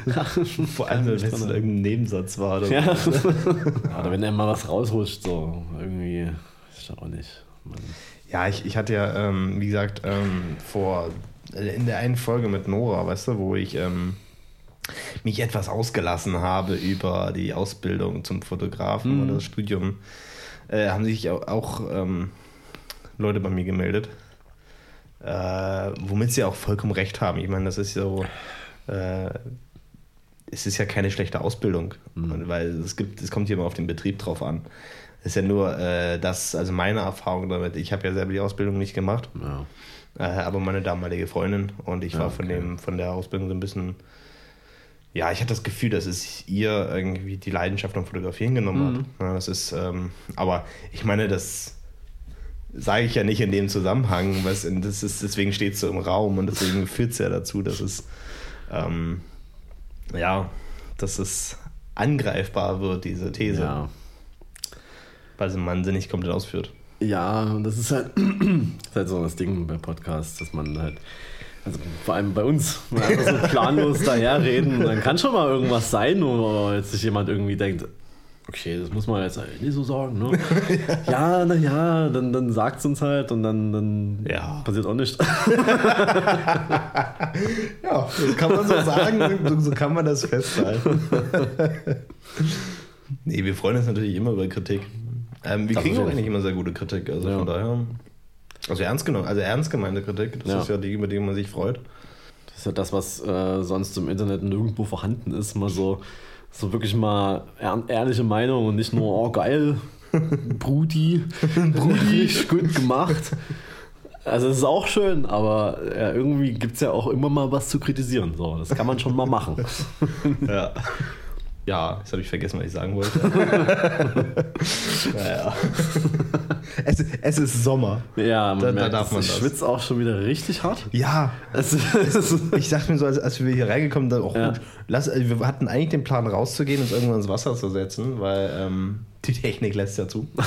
Vor allem, wenn es in irgendeinem Nebensatz war. Oder, Ja. so. Oder wenn er mal was rausrutscht, so irgendwie, ist ja auch nicht. Man, Ja, ich, ich hatte ja, ähm, wie gesagt, ähm, vor in der einen Folge mit Nora, weißt du, wo ich ähm, mich etwas ausgelassen habe über die Ausbildung zum Fotografen Mhm. oder das Studium, äh, haben sich auch, auch ähm, Leute bei mir gemeldet, äh, womit sie auch vollkommen recht haben. Ich meine, das ist so, äh, es ist ja keine schlechte Ausbildung, Mhm. weil es gibt, es kommt hier immer auf den Betrieb drauf an. Es ist ja nur äh, das, also meine Erfahrung damit, ich habe ja selber die Ausbildung nicht gemacht, ja. äh, aber meine damalige Freundin und ich Ja, war von okay. dem, von der Ausbildung so ein bisschen, ja, ich hatte das Gefühl, dass es ihr irgendwie die Leidenschaft am Fotografieren genommen Mhm. hat. Ja, das ist, ähm, aber ich meine, das sage ich ja nicht in dem Zusammenhang, was in, das ist, deswegen steht es so im Raum und deswegen führt es ja dazu, dass es, ähm, ja, dass es angreifbar wird, diese These, Ja. weil sie man sie nicht komplett ausführt. Ja, und das ist halt, das ist halt so das Ding bei Podcasts, dass man halt, also vor allem bei uns, man einfach so planlos daherreden, dann kann schon mal irgendwas sein, wo jetzt sich jemand irgendwie denkt, okay, das muss man jetzt halt nicht so sagen, ne? Ja, naja, dann, dann sagt es uns halt und dann, dann Ja. passiert auch nichts. Ja, das kann man so sagen, so, so kann man das festhalten. Nee, wir freuen uns natürlich immer über Kritik. Ähm, wir Das kriegen ist auch ja- eigentlich immer sehr gute Kritik, also Ja. von daher. Also ernst genommen, also ernst gemeinte Kritik, das Ja. ist ja die, über die man sich freut. Das ist ja das, was äh, sonst im Internet nirgendwo vorhanden ist. Mal so, so wirklich mal ehr ehrliche Meinung und nicht nur, oh geil, Brudi, Brudi, gut gemacht. Also es ist auch schön, aber ja, irgendwie gibt es ja auch immer mal was zu kritisieren. So, das kann man schon mal machen. Ja. Ja, jetzt habe ich vergessen, was ich sagen wollte. Naja. es, es ist Sommer. Ja, man da, merkt, da darf man ich das. schwitze auch schon wieder richtig hart. Ja, es, es, ich dachte mir so, als, als wir hier reingekommen sind, auch Ja. gut, lass, also wir hatten eigentlich den Plan rauszugehen und uns irgendwann ins Wasser zu setzen, weil ähm, die Technik lässt ja zu.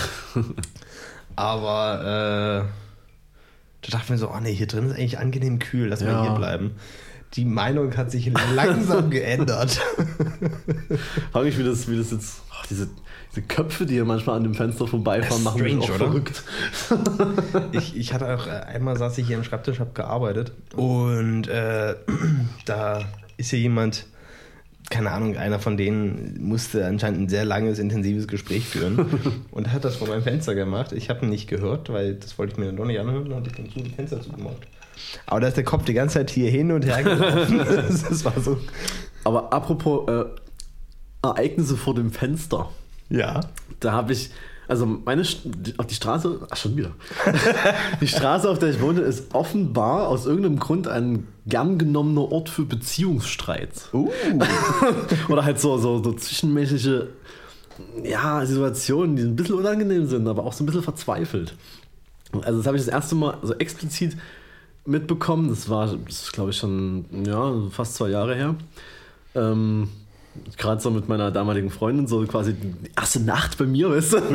Aber äh, da dachten wir so, oh nee, hier drin ist eigentlich angenehm kühl, lass Ja. mal hier bleiben. Die Meinung hat sich langsam geändert. Frage ich, wie das, wie das jetzt, ach, diese, diese Köpfe, die hier manchmal an dem Fenster vorbeifahren, machen mich strange, auch oder? verrückt. Ich, ich hatte auch, äh, einmal saß ich hier am Schreibtisch, habe gearbeitet und äh, da ist hier jemand, keine Ahnung, einer von denen musste anscheinend ein sehr langes, intensives Gespräch führen und hat das vor meinem Fenster gemacht. Ich habe ihn nicht gehört, weil das wollte ich mir dann doch nicht anhören, dann habe ich dann zu die Fenster zugemacht. Aber da ist der Kopf die ganze Zeit hier hin und her gelaufen. das, das war so. Aber apropos äh, Ereignisse vor dem Fenster. Ja. Da habe ich, also meine, St- die, auf die Straße, ach schon wieder. Die Straße, auf der ich wohne, ist offenbar aus irgendeinem Grund ein gern genommener Ort für Beziehungsstreits. Uh. Oder halt so, so, so zwischenmenschliche, ja, Situationen, die ein bisschen unangenehm sind, aber auch so ein bisschen verzweifelt. Also das habe ich das erste Mal so explizit mitbekommen. Das war, das ist, glaube ich, schon ja, fast zwei Jahre her. Ähm, Gerade so mit meiner damaligen Freundin, so quasi die erste Nacht bei mir, weißt du?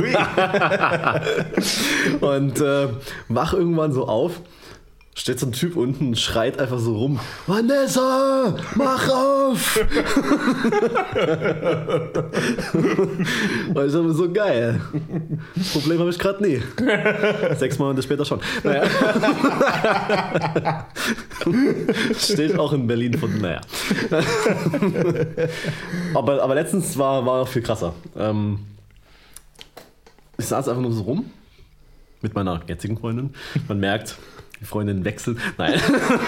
Und äh, wach irgendwann so auf, steht so ein Typ unten, schreit einfach so rum: Vanessa, mach auf! Und ich dachte mir so, geil. Das Problem habe ich gerade nie. Sechs Monate später schon. Naja. Steht auch in Berlin von, naja. aber, aber letztens war, war auch viel krasser. Ähm, ich saß einfach nur so rum mit meiner jetzigen Freundin. Man merkt, die Freundin wechselt. Nein.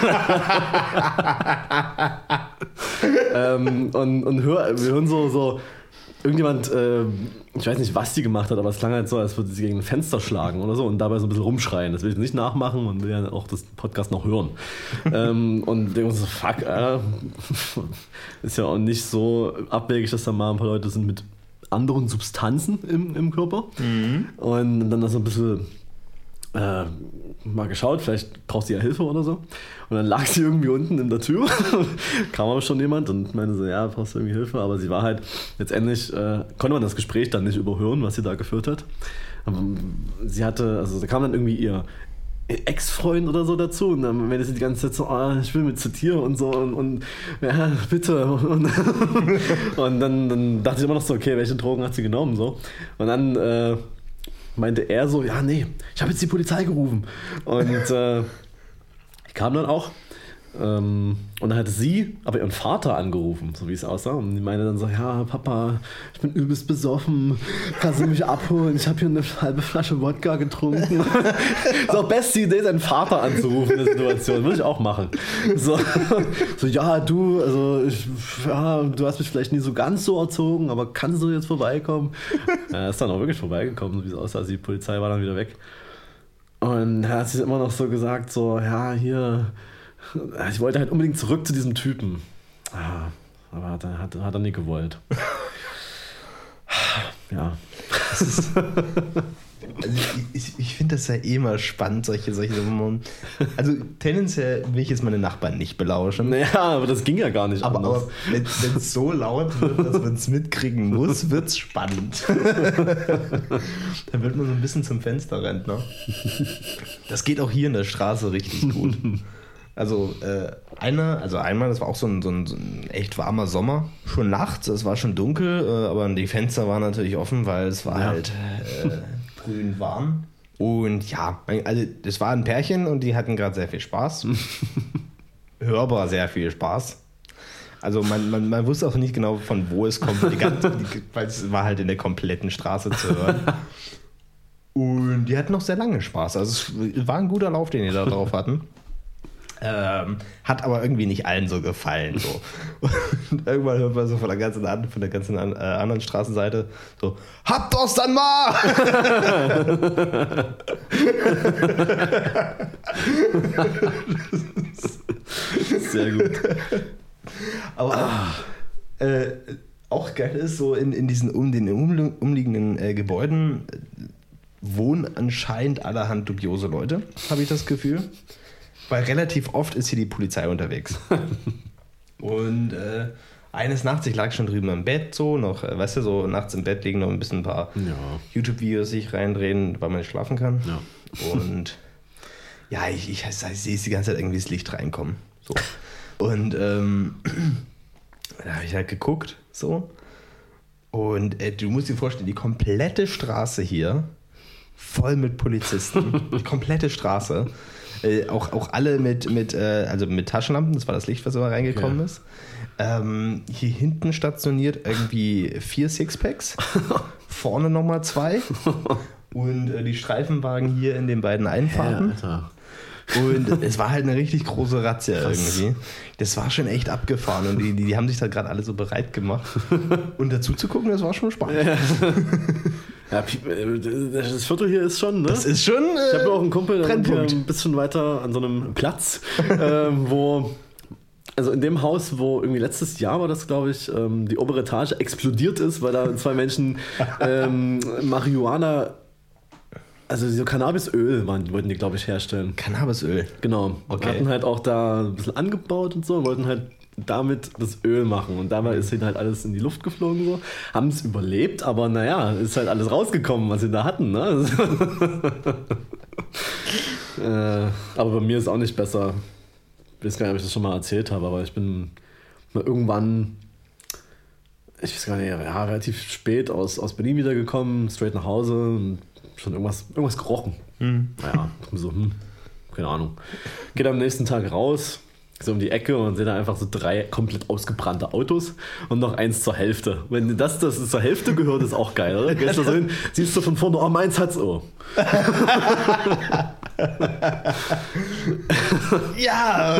ähm, und und hör, wir hören so, so irgendjemand, äh, ich weiß nicht, was die gemacht hat, aber es klang halt so, als würde sie gegen ein Fenster schlagen oder so und dabei so ein bisschen rumschreien. Das will ich nicht nachmachen und will ja auch das Podcast noch hören. ähm, und denken so, fuck, äh, ist ja auch nicht so abwegig, dass da mal ein paar Leute sind mit anderen Substanzen im, im Körper. Mhm. Und dann das so ein bisschen äh, mal geschaut, vielleicht braucht sie ja Hilfe oder so. Und dann lag sie irgendwie unten in der Tür, kam aber schon jemand und meinte so, ja, brauchst du irgendwie Hilfe? Aber sie war halt, letztendlich äh, konnte man das Gespräch dann nicht überhören, was sie da geführt hat. Aber sie hatte, also da kam dann irgendwie ihr Ex-Freund oder so dazu und dann meinte sie die ganze Zeit so, ah, ich will mit zu dir und so und, und ja, bitte. Und, und dann, dann dachte ich immer noch so, okay, welche Drogen hat sie genommen? So. Und dann äh, meinte er so, ja, nee, ich habe jetzt die Polizei gerufen. Und äh, ich kam dann auch. Ähm, und dann hatte sie aber ihren Vater angerufen, so wie es aussah. Und die meinte dann so, ja, Papa, ich bin übelst besoffen, kannst du mich abholen? Ich habe hier eine halbe Flasche Wodka getrunken. Ist auch beste Idee, seinen Vater anzurufen in der Situation. Würde ich auch machen. So, so ja, du, also ich, ja, du hast mich vielleicht nie so ganz so erzogen, aber kannst du jetzt vorbeikommen? Er ist dann auch wirklich vorbeigekommen, so wie es aussah. Also die Polizei war dann wieder weg. Und er hat sich immer noch so gesagt, so, ja, hier... Ich wollte halt unbedingt zurück zu diesem Typen. Ah, aber hat er, hat, hat er nie gewollt. Ja. Also ich ich, ich finde das ja eh mal spannend, solche, solche Sachen. Also tendenziell will ich jetzt meine Nachbarn nicht belauschen. Naja, aber das ging ja gar nicht Aber, anders. aber wenn es so laut wird, dass man es mitkriegen muss, wird es spannend. Dann wird man so ein bisschen zum Fenster rennen. Ne? Das geht auch hier in der Straße richtig gut. Also äh, einer, also einmal, das war auch so ein, so, ein, so ein echt warmer Sommer, schon nachts, es war schon dunkel, äh, aber die Fenster waren natürlich offen, weil es war ja. halt äh, grün warm. Und ja, also das war ein Pärchen und die hatten gerade sehr viel Spaß. Hörbar sehr viel Spaß. Also man, man, man wusste auch nicht genau, von wo es kommt, die ganze, die, weil es war halt in der kompletten Straße zu hören. Und die hatten noch sehr lange Spaß. Also es war ein guter Lauf, den die da drauf hatten. Ähm, hat aber irgendwie nicht allen so gefallen. So. Und irgendwann hört man so von der ganzen, von der ganzen äh, anderen Straßenseite so: Habt doch's dann mal! Sehr gut. Aber ah. äh, auch geil ist, so in, in diesen um, den umliegenden äh, Gebäuden wohnen anscheinend allerhand dubiose Leute, habe ich das Gefühl. Weil relativ oft ist hier die Polizei unterwegs. Und äh, eines Nachts, ich lag schon drüben im Bett, so noch, äh, weißt du, so nachts im Bett liegen, noch ein bisschen ein paar Ja. YouTube-Videos sich reindrehen, weil man nicht schlafen kann. Ja. Und ja, ich, ich, ich, ich sehe die ganze Zeit irgendwie das Licht reinkommen. So. Und ähm, da habe ich halt geguckt, so. Und äh, du musst dir vorstellen, die komplette Straße hier voll mit Polizisten. Die komplette Straße. Äh, auch, auch alle mit, mit, äh, also mit Taschenlampen, das war das Licht, was immer reingekommen okay. ist. Ähm, hier hinten stationiert irgendwie vier Sixpacks. Vorne nochmal zwei. Und äh, die Streifenwagen hier in den beiden Einfahrten. Ja, und es war halt eine richtig große Razzia Krass. irgendwie. Das war schon echt abgefahren und die, die, die haben sich da gerade alle so bereit gemacht. Und dazu zu gucken, das war schon spannend. Ja, ja das Viertel hier ist schon, ne? Das ist schon. Äh, ich habe auch einen Kumpel, der wohnt hier ein bisschen weiter an so einem Platz, äh, wo. Also in dem Haus, wo irgendwie letztes Jahr war das, glaube ich, ähm, die obere Etage explodiert ist, weil da zwei Menschen ähm, Marihuana. Also so Cannabisöl waren, wollten die, glaube ich, herstellen. Cannabisöl? Genau. Okay. Hatten halt auch da ein bisschen angebaut und so und wollten halt damit das Öl machen. Und dabei ist ihnen halt alles in die Luft geflogen. So. Haben es überlebt, aber naja, ist halt alles rausgekommen, was sie da hatten. Ne? äh, aber bei mir ist auch nicht besser. Ich weiß gar nicht, ob ich das schon mal erzählt habe, aber ich bin mal irgendwann... Ich weiß gar nicht, ja, relativ spät aus, aus Berlin wiedergekommen, straight nach Hause und schon irgendwas, irgendwas gerochen. Mhm. Naja, so, hm, keine Ahnung. Geht am nächsten Tag raus, so um die Ecke und sehe da einfach so drei komplett ausgebrannte Autos und noch eins zur Hälfte. Wenn das, das zur Hälfte gehört, ist auch geil, oder? Gehst du so hin, siehst du von vorne, oh, meins hat's, oh. Ja!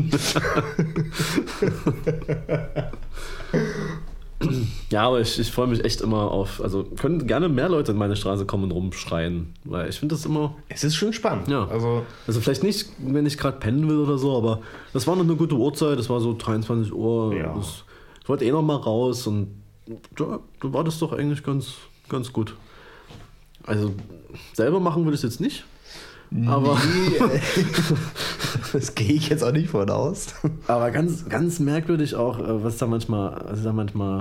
Ja, aber ich, ich freue mich echt immer auf, also können gerne mehr Leute in meine Straße kommen und rumschreien, weil ich finde das immer... Es ist schon spannend. Ja, also, also vielleicht nicht, wenn ich gerade pennen will oder so, aber das war noch eine gute Uhrzeit, das war so dreiundzwanzig Uhr, ja. das, ich wollte eh noch mal raus und da, da war das doch eigentlich ganz, ganz gut. Also selber machen würde ich es jetzt nicht. Aber nee, das gehe ich jetzt auch nicht von aus. Aber ganz, ganz merkwürdig auch, was da manchmal, was da manchmal,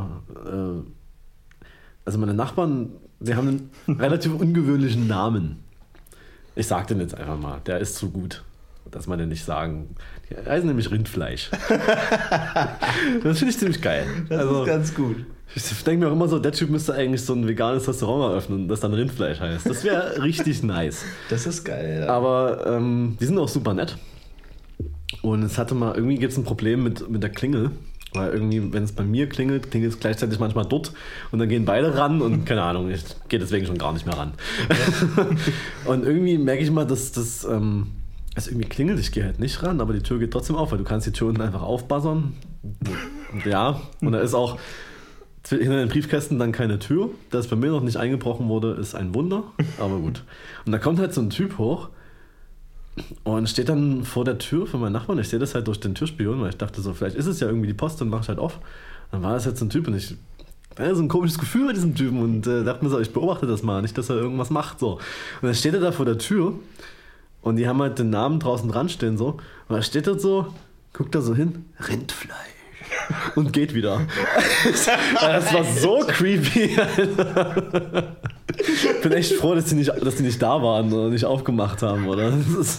also meine Nachbarn, die haben einen relativ ungewöhnlichen Namen. Ich sag den jetzt einfach mal, der ist zu gut, dass man den nicht sagen. Die heißen nämlich Rindfleisch. Das finde ich ziemlich geil. Das also, ist ganz gut. Ich denke mir auch immer so, der Typ müsste eigentlich so ein veganes Restaurant eröffnen, das dann Rindfleisch heißt. Das wäre richtig nice. Das ist geil. Ja. Aber ähm, die sind auch super nett. Und es hatte mal, irgendwie gibt es ein Problem mit, mit der Klingel. Weil irgendwie, wenn es bei mir klingelt, klingelt es gleichzeitig manchmal dort. Und dann gehen beide ran und keine Ahnung, ich gehe deswegen schon gar nicht mehr ran. Und irgendwie merke ich mal, dass das... Ähm, es irgendwie klingelt, ich gehe halt nicht ran, aber die Tür geht trotzdem auf, weil du kannst die Tür unten einfach aufbuzzern. Ja, und da ist auch... hinter den Briefkästen dann keine Tür. Dass bei mir noch nicht eingebrochen wurde, ist ein Wunder. Aber gut. Und da kommt halt so ein Typ hoch und steht dann vor der Tür von meinem Nachbarn. Ich sehe das halt durch den Türspion, weil ich dachte so, vielleicht ist es ja irgendwie die Post und mach ich halt auf. Dann war das jetzt so ein Typ und ich hatte so ein komisches Gefühl bei diesem Typen und äh, dachte mir so, ich beobachte das mal, nicht, dass er irgendwas macht. So. Und dann steht er da vor der Tür und die haben halt den Namen draußen dran stehen so. Und da steht er so, guckt da so hin, Rindfleisch. Und geht wieder. Das war so creepy. Ich bin echt froh, dass die nicht, dass die nicht da waren oder nicht aufgemacht haben, oder? Das ist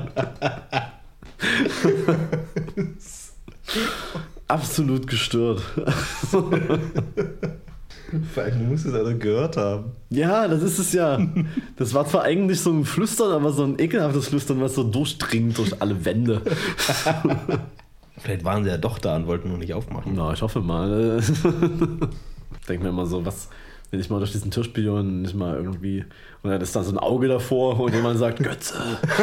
absolut gestört. Vor allem, du musst es also gehört haben. Ja, das ist es ja. Das war zwar eigentlich so ein Flüstern, aber so ein ekelhaftes Flüstern, was so durchdringt durch alle Wände. Vielleicht waren sie ja doch da und wollten nur nicht aufmachen. Na, ich hoffe mal. Ich denke mir immer so, was, wenn ich mal durch diesen Türspion nicht mal irgendwie, und dann ist da so ein Auge davor und jemand sagt, Götze.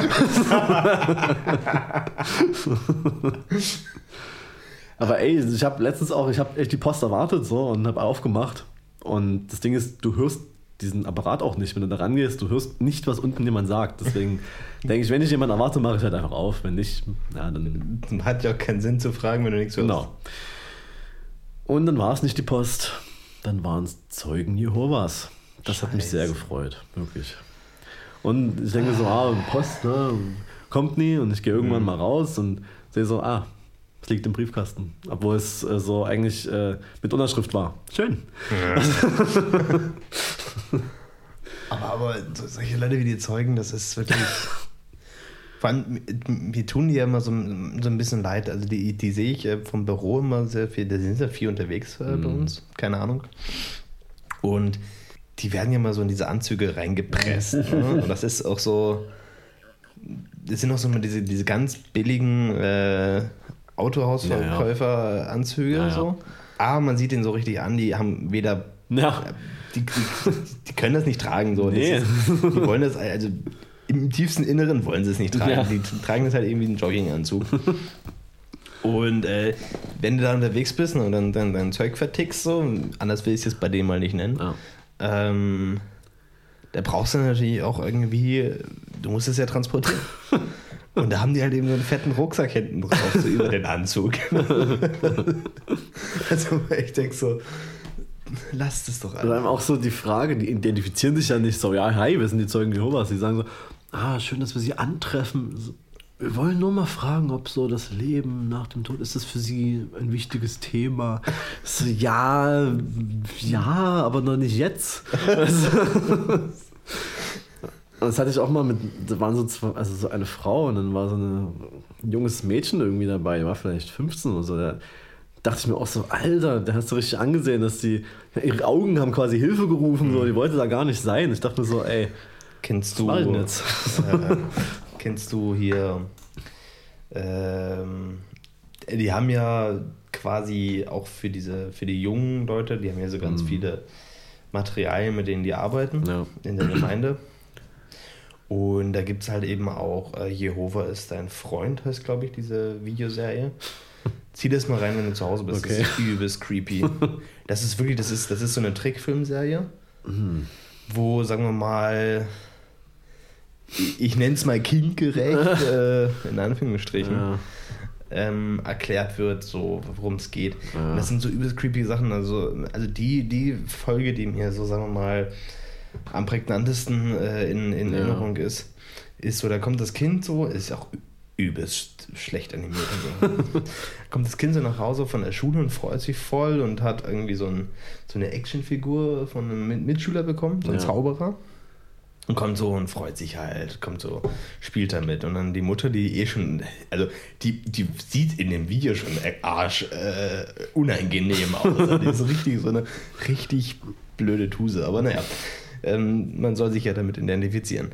Aber ey, ich habe letztens auch, ich habe echt die Post erwartet so und habe aufgemacht. Und das Ding ist, du hörst diesen Apparat auch nicht, wenn du da rangehst, du hörst nicht, was unten jemand sagt. Deswegen denke ich, wenn ich jemanden erwarte, mache ich halt einfach auf. Wenn nicht, ja, dann... Hat ja auch keinen Sinn zu fragen, wenn du nichts hörst. Genau. Und dann war es nicht die Post, dann waren es Zeugen Jehovas. Das Scheiße. Hat mich sehr gefreut, wirklich. Und ich denke so, ah, Post, ne, kommt nie und ich gehe irgendwann mhm. mal raus und sehe so, ah, es liegt im Briefkasten. Obwohl es äh, so eigentlich äh, mit Unterschrift war. Schön. Ja. aber, aber solche Leute wie die Zeugen, das ist wirklich... Vor allem, mir tun die ja immer so, so ein bisschen leid. Also die, die sehe ich vom Büro immer sehr viel, da sind ja viel unterwegs äh, bei uns, keine Ahnung. Und die werden ja mal so in diese Anzüge reingepresst. Ne? Und das ist auch so, das sind auch so immer diese, diese ganz billigen äh, Autohausverkäufer-Anzüge. Ja, ja. So. Aber man sieht den so richtig an, die haben weder... Ja. Die, die, die können das nicht tragen. So. Nee. Das ist, die wollen das, also... Im tiefsten Inneren wollen sie es nicht tragen. Ja. Die tragen das halt irgendwie einen Jogginganzug. Und äh, wenn du da unterwegs bist und dann, dann dein Zeug vertickst, so, anders will ich es jetzt bei denen mal nicht nennen, ja. ähm, da brauchst du natürlich auch irgendwie, du musst es ja transportieren. Und da haben die halt eben so einen fetten Rucksack hinten drauf, so über den Anzug. Also ich denke so, lasst es doch einfach. Und auch so die Frage, die identifizieren sich ja nicht so, ja, hi, wir sind die Zeugen Jehovas. Die sagen so, ah, schön, dass wir sie antreffen. Wir wollen nur mal fragen, ob so das Leben nach dem Tod, ist das für sie ein wichtiges Thema? So, ja, ja, aber noch nicht jetzt. Das hatte ich auch mal mit, da waren so zwei, also so eine Frau und dann war so eine, ein junges Mädchen irgendwie dabei, die war vielleicht fünfzehn oder so, der dachte ich mir auch so, Alter, da hast du richtig angesehen, dass die, ihre Augen haben quasi Hilfe gerufen, so, die wollte da gar nicht sein. Ich dachte mir so, ey, kennst du, was war denn jetzt? Äh, kennst du hier, ähm, die haben ja quasi auch für diese, für die jungen Leute, die haben ja so ganz mhm. viele Materialien, mit denen die arbeiten, ja. in der Gemeinde. Und da gibt es halt eben auch äh, Jehova ist dein Freund, heißt glaube ich diese Videoserie. Zieh das mal rein, wenn du zu Hause bist. Okay. Das ist übelst creepy. Das ist wirklich, das ist, das ist so eine Trickfilmserie, mhm. wo, sagen wir mal, ich, ich nenne es mal kindgerecht, äh, in Anführungsstrichen, ja. ähm, erklärt wird, so worum es geht. Ja. Und das sind so übelst creepy Sachen. Also, also die, die Folge, die mir so, sagen wir mal, am prägnantesten äh, in, in ja. Erinnerung ist, ist so, da kommt das Kind so, ist auch übelst schlecht animiert. Also. Kommt das Kind so nach Hause von der Schule und freut sich voll und hat irgendwie so, ein, so eine Actionfigur von einem Mitschüler bekommen, so ein ja. Zauberer. Und kommt so und freut sich halt, kommt so, spielt damit. Und dann die Mutter, die eh schon, also die, die sieht in dem Video schon arsch äh, unangenehm aus. Also die ist so richtig, so eine richtig blöde Tuse. Aber naja, ähm, man soll sich ja damit identifizieren.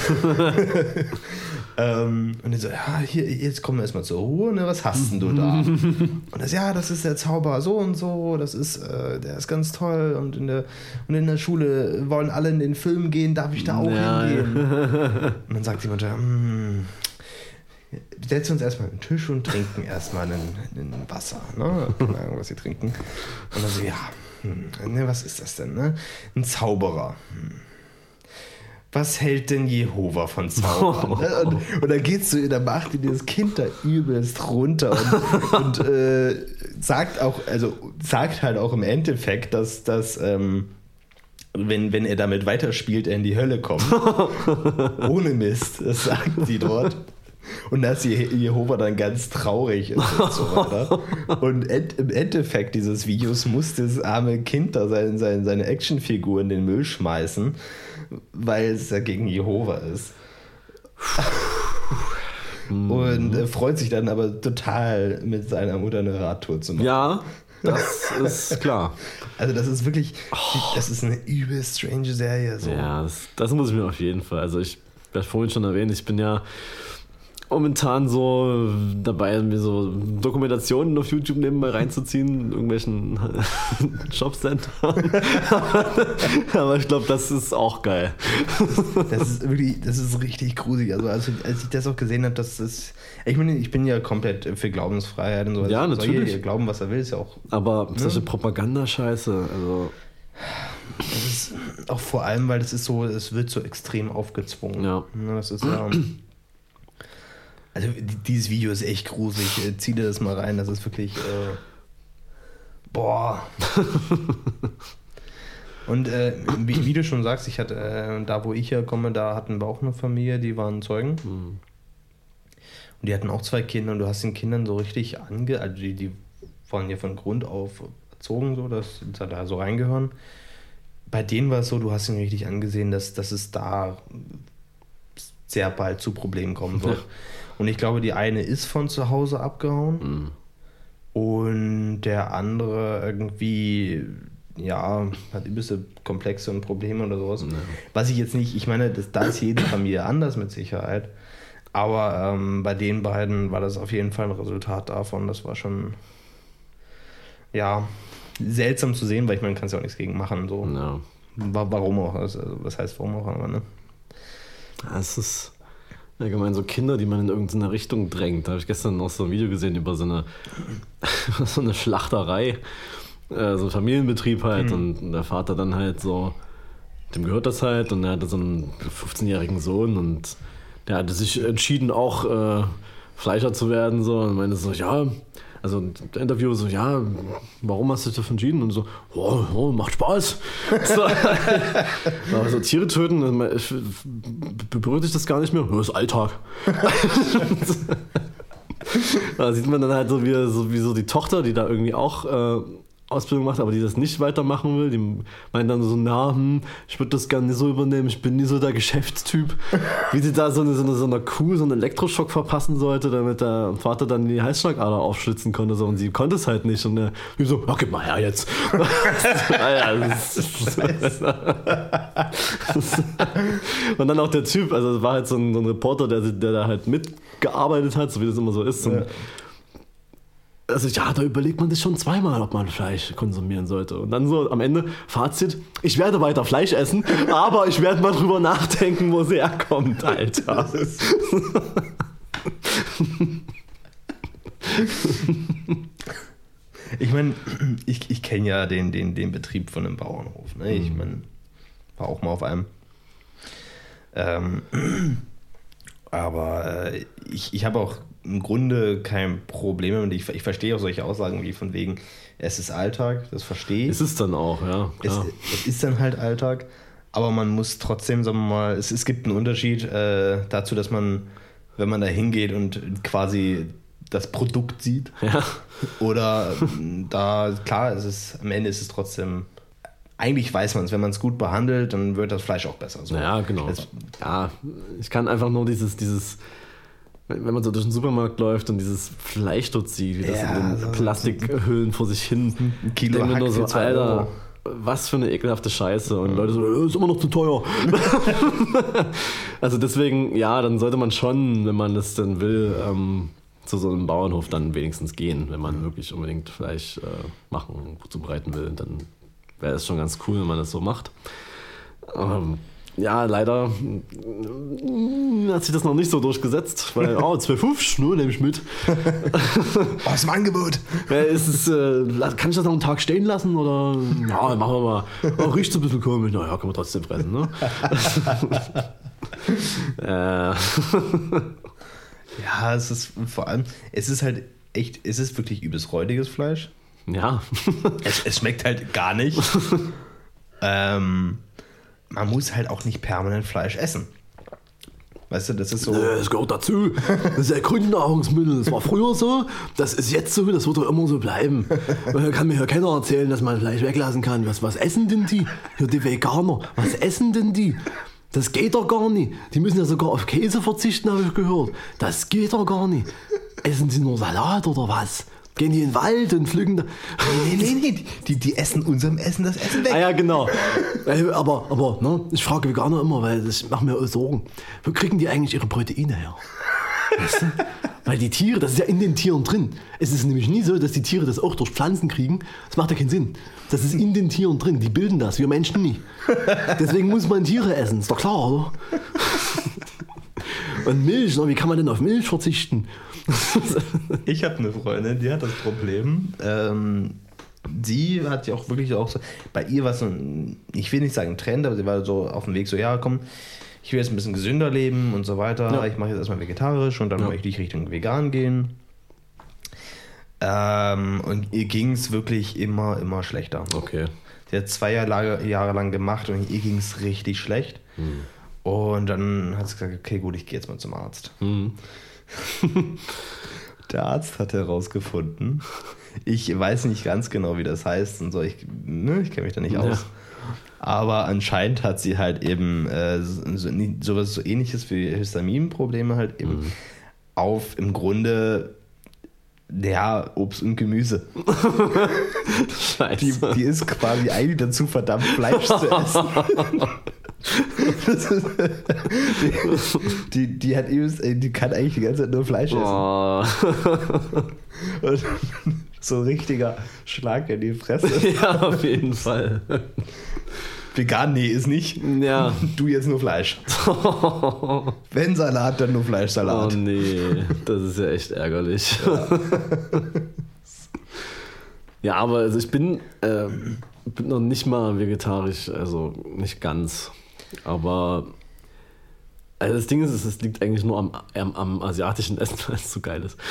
ähm, und dann so, ja, hier, jetzt kommen wir erstmal zur Ruhe, ne? Was hast denn du da? Und das, ja, das ist der Zauberer so und so, das ist, äh, der ist ganz toll und in der, und in der Schule wollen alle in den Film gehen, darf ich da auch ja, hingehen? Ja. Und dann sagt die Mutter, hm, setzen uns erstmal an den Tisch und trinken erstmal ein Wasser, ne? Keine Ahnung, was sie trinken. Und dann so, ja, hm, ne, was ist das denn, ne? Ein Zauberer. Hm. Was hält denn Jehova von Zaubern? Oh. Und, und dann geht's so, da macht die das Kind da übelst runter und, und äh, sagt auch, also sagt halt auch im Endeffekt, dass, dass ähm, wenn, wenn er damit weiterspielt, er in die Hölle kommt. Ohne Mist, das sagt sie dort. Und dass Jehova dann ganz traurig ist und so weiter. Und ent, im Endeffekt dieses Videos muss das arme Kind da sein, sein, seine Actionfigur in den Müll schmeißen, weil es ja gegen Jehova ist. Und er freut sich dann aber total, mit seiner Mutter eine Radtour zu machen. Ja, das ist klar. Also das ist wirklich, das ist eine übel strange Serie. So. Ja, das, das muss ich mir auf jeden Fall, also ich werde vorhin schon erwähnt, ich bin ja momentan so dabei, mir so Dokumentationen auf YouTube nebenbei reinzuziehen, in irgendwelchen Jobcentern. Aber ich glaube, das ist auch geil. Das ist wirklich, das ist richtig gruselig. Also als, als ich das auch gesehen habe, das ist, ich meine, ich bin ja komplett für Glaubensfreiheit und so. Ja, also natürlich. Soll glauben, was er will, ist ja auch. Aber ne? Solche Propagandascheiße, also. Das ist auch vor allem, weil das ist so, es wird so extrem aufgezwungen. Ja. Das ist ja. Also dieses Video ist echt gruselig. Zieh dir das mal rein. Das ist wirklich. Äh, boah. Und äh, wie, wie du schon sagst, ich hatte, äh, da wo ich herkomme, da hatten wir auch eine Familie, die waren Zeugen. Mhm. Und die hatten auch zwei Kinder und du hast den Kindern so richtig ange... Also die, die waren ja von Grund auf erzogen, so, dass sie da so reingehören. Bei denen war es so, du hast ihnen richtig angesehen, dass, dass es da sehr bald zu Problemen kommen wird. Und ich glaube, die eine ist von zu Hause abgehauen mhm. und der andere irgendwie, ja, hat ein bisschen Komplexe und Probleme oder sowas. Ja. Was ich jetzt nicht, ich meine, das, da ist jede Familie anders mit Sicherheit, aber ähm, bei den beiden war das auf jeden Fall ein Resultat davon. Das war schon, ja, seltsam zu sehen, weil ich meine, kann es ja auch nichts gegen machen. So. Ja. Warum auch? Also, was heißt warum auch? Aber, ne? Ja, es ist allgemein so Kinder, die man in irgendeine Richtung drängt. Da habe ich gestern noch so ein Video gesehen über so eine, so eine Schlachterei, äh, so ein Familienbetrieb halt mhm. und der Vater dann halt so, dem gehört das halt und er hatte so einen fünfzehnjährigen Sohn und der hatte sich entschieden auch äh, Fleischer zu werden so und meinte so, ja, also der Interviewer so, ja, warum hast du dich dafür entschieden? Und so, oh, oh macht Spaß. So, aber so Tiere töten, berührt dich das gar nicht mehr? Das ist Alltag. Da sieht man dann halt so wie, so wie so die Tochter, die da irgendwie auch äh, Ausbildung macht, aber die das nicht weitermachen will. Die meint dann so, na, hm, ich würde das gerne nicht so übernehmen, ich bin nie so der Geschäftstyp. Wie sie da so eine, so eine, so eine Kuh so einen Elektroschock verpassen sollte, damit der Vater dann die Halsschlagader aufschlitzen konnte. So. Und sie konnte es halt nicht. Und er so, ja, gib mal her jetzt. Und dann auch der Typ, also es war halt so ein, so ein Reporter, der, der da halt mitgearbeitet hat, so wie das immer so ist. Und ja. Also ja, da überlegt man sich schon zweimal, ob man Fleisch konsumieren sollte. Und dann so am Ende, Fazit, ich werde weiter Fleisch essen, aber ich werde mal drüber nachdenken, wo es herkommt, Alter. Ich meine, ich, ich kenne ja den, den, den Betrieb von einem Bauernhof. Ne? Ich meine, war auch mal auf einem. Ähm, aber äh, ich, ich habe auch im Grunde kein Problem damit. Ich, ich verstehe auch solche Aussagen wie von wegen, es ist Alltag, das verstehe ich. Es ist dann auch, ja. Es, es ist dann halt Alltag, aber man muss trotzdem, sagen wir mal, es, es gibt einen Unterschied äh, dazu, dass man, wenn man da hingeht und quasi das Produkt sieht, ja. oder da, klar, es ist, am Ende ist es trotzdem, eigentlich weiß man es, wenn man es gut behandelt, dann wird das Fleisch auch besser. So. Ja, genau. Es, ja, ich kann einfach nur dieses, dieses wenn man so durch den Supermarkt läuft und dieses Fleisch dort sieht, wie das ja, in den so Plastikhüllen vor sich hin, ein Kilo denke mir nur so, Alter, was für eine ekelhafte Scheiße. Und Leute so, ist immer noch zu teuer. Also deswegen, ja, dann sollte man schon, wenn man das denn will, ähm, zu so einem Bauernhof dann wenigstens gehen. Wenn man wirklich unbedingt Fleisch äh, machen, zubereiten will, dann wäre es schon ganz cool, wenn man das so macht. Ähm, Ja, leider hat sich das noch nicht so durchgesetzt, weil, oh, zwei Komma fünf, nur nehme ich mit. Oh, ist im Angebot. Ja, ist es, äh, kann ich das noch einen Tag stehen lassen oder, ja, machen wir mal. Oh, riecht so ein bisschen komisch, naja, kann man trotzdem fressen, ne? äh. Ja, es ist vor allem, es ist halt echt, es ist wirklich übelst räudiges Fleisch. Ja. Es, es schmeckt halt gar nicht. ähm... Man muss halt auch nicht permanent Fleisch essen. Weißt du, das ist so... Das gehört dazu. Das ist ja Grundnahrungsmittel. Das war früher so, das ist jetzt so, das wird doch immer so bleiben. Da kann mir ja keiner erzählen, dass man Fleisch weglassen kann. Was, was essen denn die? Ja, die Veganer. Was essen denn die? Das geht doch gar nicht. Die müssen ja sogar auf Käse verzichten, habe ich gehört. Das geht doch gar nicht. Essen sie nur Salat oder was? Gehen die in den Wald und pflücken da. Nee, nee, nee, die, die essen unserem Essen das Essen weg. Ah ja, genau. Aber, aber ne, ich frage Veganer immer, weil das macht mir Sorgen. Wo kriegen die eigentlich ihre Proteine her? Weißt du? Weil die Tiere, das ist ja in den Tieren drin. Es ist nämlich nie so, dass die Tiere das auch durch Pflanzen kriegen. Das macht ja keinen Sinn. Das ist in den Tieren drin. Die bilden das, wir Menschen nie. Deswegen muss man Tiere essen. Ist doch klar, oder? Und Milch, ne? Wie kann man denn auf Milch verzichten? Ich habe eine Freundin, die hat das Problem. Ähm, sie hat ja auch wirklich auch so, bei ihr war es so ein, ich will nicht sagen Trend, aber sie war so auf dem Weg so, ja komm, ich will jetzt ein bisschen gesünder leben und so weiter. Ja. Ich mache jetzt erstmal vegetarisch und dann ja. möchte ich Richtung vegan gehen. Ähm, und ihr ging es wirklich immer, immer schlechter. Okay. Die hat zwei Jahre, Jahre lang gemacht und ihr ging es richtig schlecht. Mhm. Und dann hat sie gesagt, okay, gut, ich gehe jetzt mal zum Arzt. Mhm. Der Arzt hat herausgefunden, ich weiß nicht ganz genau, wie das heißt und so, ich, ne, ich kenne mich da nicht aus. Ja. Aber anscheinend hat sie halt eben äh, so, sowas so ähnliches wie Histaminprobleme halt eben mhm. auf im Grunde ja, Obst und Gemüse. Scheiße. Die, die ist quasi eigentlich dazu verdammt, Fleisch zu essen. die, die, die, hat eben, die kann eigentlich die ganze Zeit nur Fleisch essen. Oh. Und so ein richtiger Schlag in die Fresse. Ja, auf jeden Fall. Vegan, nee, ist nicht. Ja. Du jetzt nur Fleisch. Wenn Salat, dann nur Fleischsalat. Oh nee, das ist ja echt ärgerlich. Ja, ja, aber also ich bin, äh, bin noch nicht mal vegetarisch, also nicht ganz. Aber also das Ding ist, es liegt eigentlich nur am, am, am asiatischen Essen, weil es so geil ist.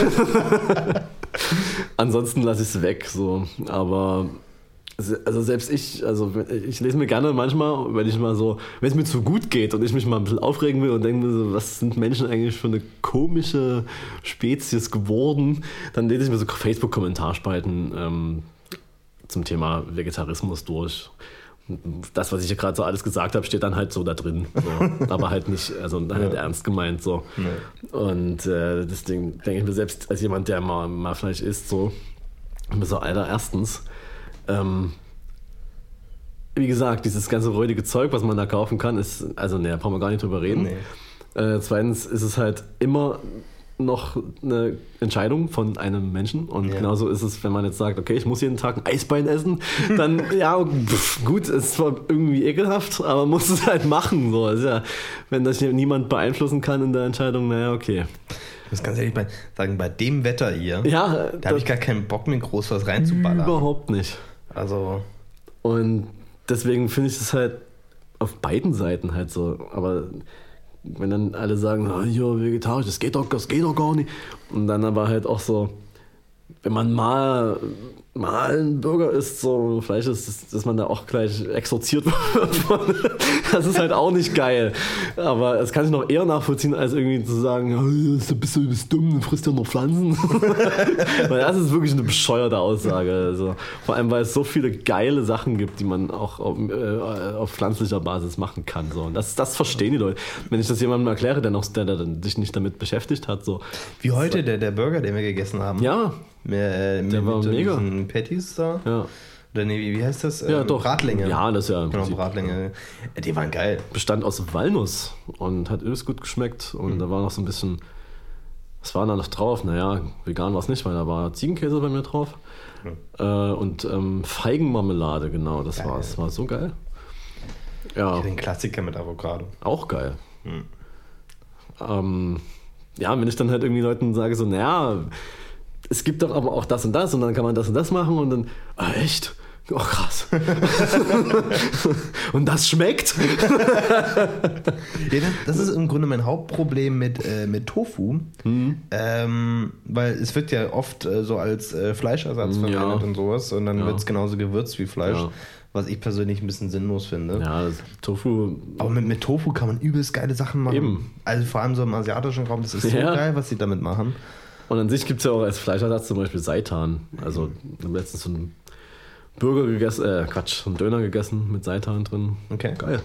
Ansonsten lasse ich es weg, so. Aber also selbst ich, also ich lese mir gerne manchmal, wenn ich mal so, wenn es mir zu gut geht und ich mich mal ein bisschen aufregen will und denke mir so, was sind Menschen eigentlich für eine komische Spezies geworden, dann lese ich mir so Facebook-Kommentarspalten ähm, zum Thema Vegetarismus durch. Das, was ich ja gerade so alles gesagt habe, steht dann halt so da drin. So. Aber halt nicht, also halt ja. ernst gemeint so. Ja. Und äh, deswegen denke ich mir selbst als jemand, der mal, mal Fleisch isst, so, mir so, Alter, erstens, Ähm, wie gesagt, dieses ganze räudige Zeug, was man da kaufen kann, ist, also ne, da brauchen wir gar nicht drüber reden. Nee. Äh, zweitens ist es halt immer noch eine Entscheidung von einem Menschen und ja. genauso ist es, wenn man jetzt sagt, okay, ich muss jeden Tag ein Eisbein essen, dann ja, pff, gut, ist zwar irgendwie ekelhaft, aber muss es halt machen. So. Also, ja, wenn das niemand beeinflussen kann in der Entscheidung, naja, okay. Ich muss ganz ehrlich sagen, bei dem Wetter hier, ja, da habe ich gar keinen Bock, mir groß was reinzuballern. Überhaupt nicht. Also. Und deswegen finde ich es halt auf beiden Seiten halt so. Aber wenn dann alle sagen, oh, ja, vegetarisch, das geht doch, das geht doch gar nicht. Und dann aber halt auch so, wenn man mal, mal ein Burger isst, so Fleisch ist, dass, dass man da auch gleich exorziert wird. Das ist halt auch nicht geil. Aber das kann ich noch eher nachvollziehen, als irgendwie zu sagen, oh, du bist du bist dumm, du frisst ja noch Pflanzen. Weil das ist wirklich eine bescheuerte Aussage. Also, vor allem, weil es so viele geile Sachen gibt, die man auch auf, äh, auf pflanzlicher Basis machen kann. So. Und das, das verstehen die Leute. Wenn ich das jemandem erkläre, der, noch, der, der sich nicht damit beschäftigt hat. So. Wie heute, der, der Burger, den wir gegessen haben. Ja. Mehr, äh, der war mit mega. Diesen Patties da. Ja. Oder nee, wie, wie heißt das? Ja, ähm, doch. Bratlinge. Ja, das ist ja. Genau, Bratlinge. Ja, die waren geil. Bestand aus Walnuss und hat übelst gut geschmeckt. Und mhm. da war noch so ein bisschen. Was war da noch drauf? Naja, vegan war es nicht, weil da war Ziegenkäse bei mir drauf. Mhm. Äh, und ähm, Feigenmarmelade, genau, das war es. War so geil. Ja. Ich den Klassiker mit Avocado. Auch geil. Mhm. Ähm, ja, wenn ich dann halt irgendwie Leuten sage, so, naja, es gibt doch aber auch das und das und dann kann man das und das machen und dann, ah, echt? Oh, krass. Und das schmeckt? Ja, das, das ist im Grunde mein Hauptproblem mit, äh, mit Tofu. Mhm. Ähm, weil es wird ja oft äh, so als äh, Fleischersatz verwendet ja. und sowas und dann ja. wird es genauso gewürzt wie Fleisch. Ja. Was ich persönlich ein bisschen sinnlos finde. Ja, das Tofu. Aber mit, mit Tofu kann man übelst geile Sachen machen. Eben. Also vor allem so im asiatischen Raum, das ist so ja. geil, was sie damit machen. Und an sich gibt es ja auch als Fleischersatz zum Beispiel Seitan. Also ich habe letztens so einen Burger gegessen, äh Quatsch, einen Döner gegessen mit Seitan drin. Okay. Geil.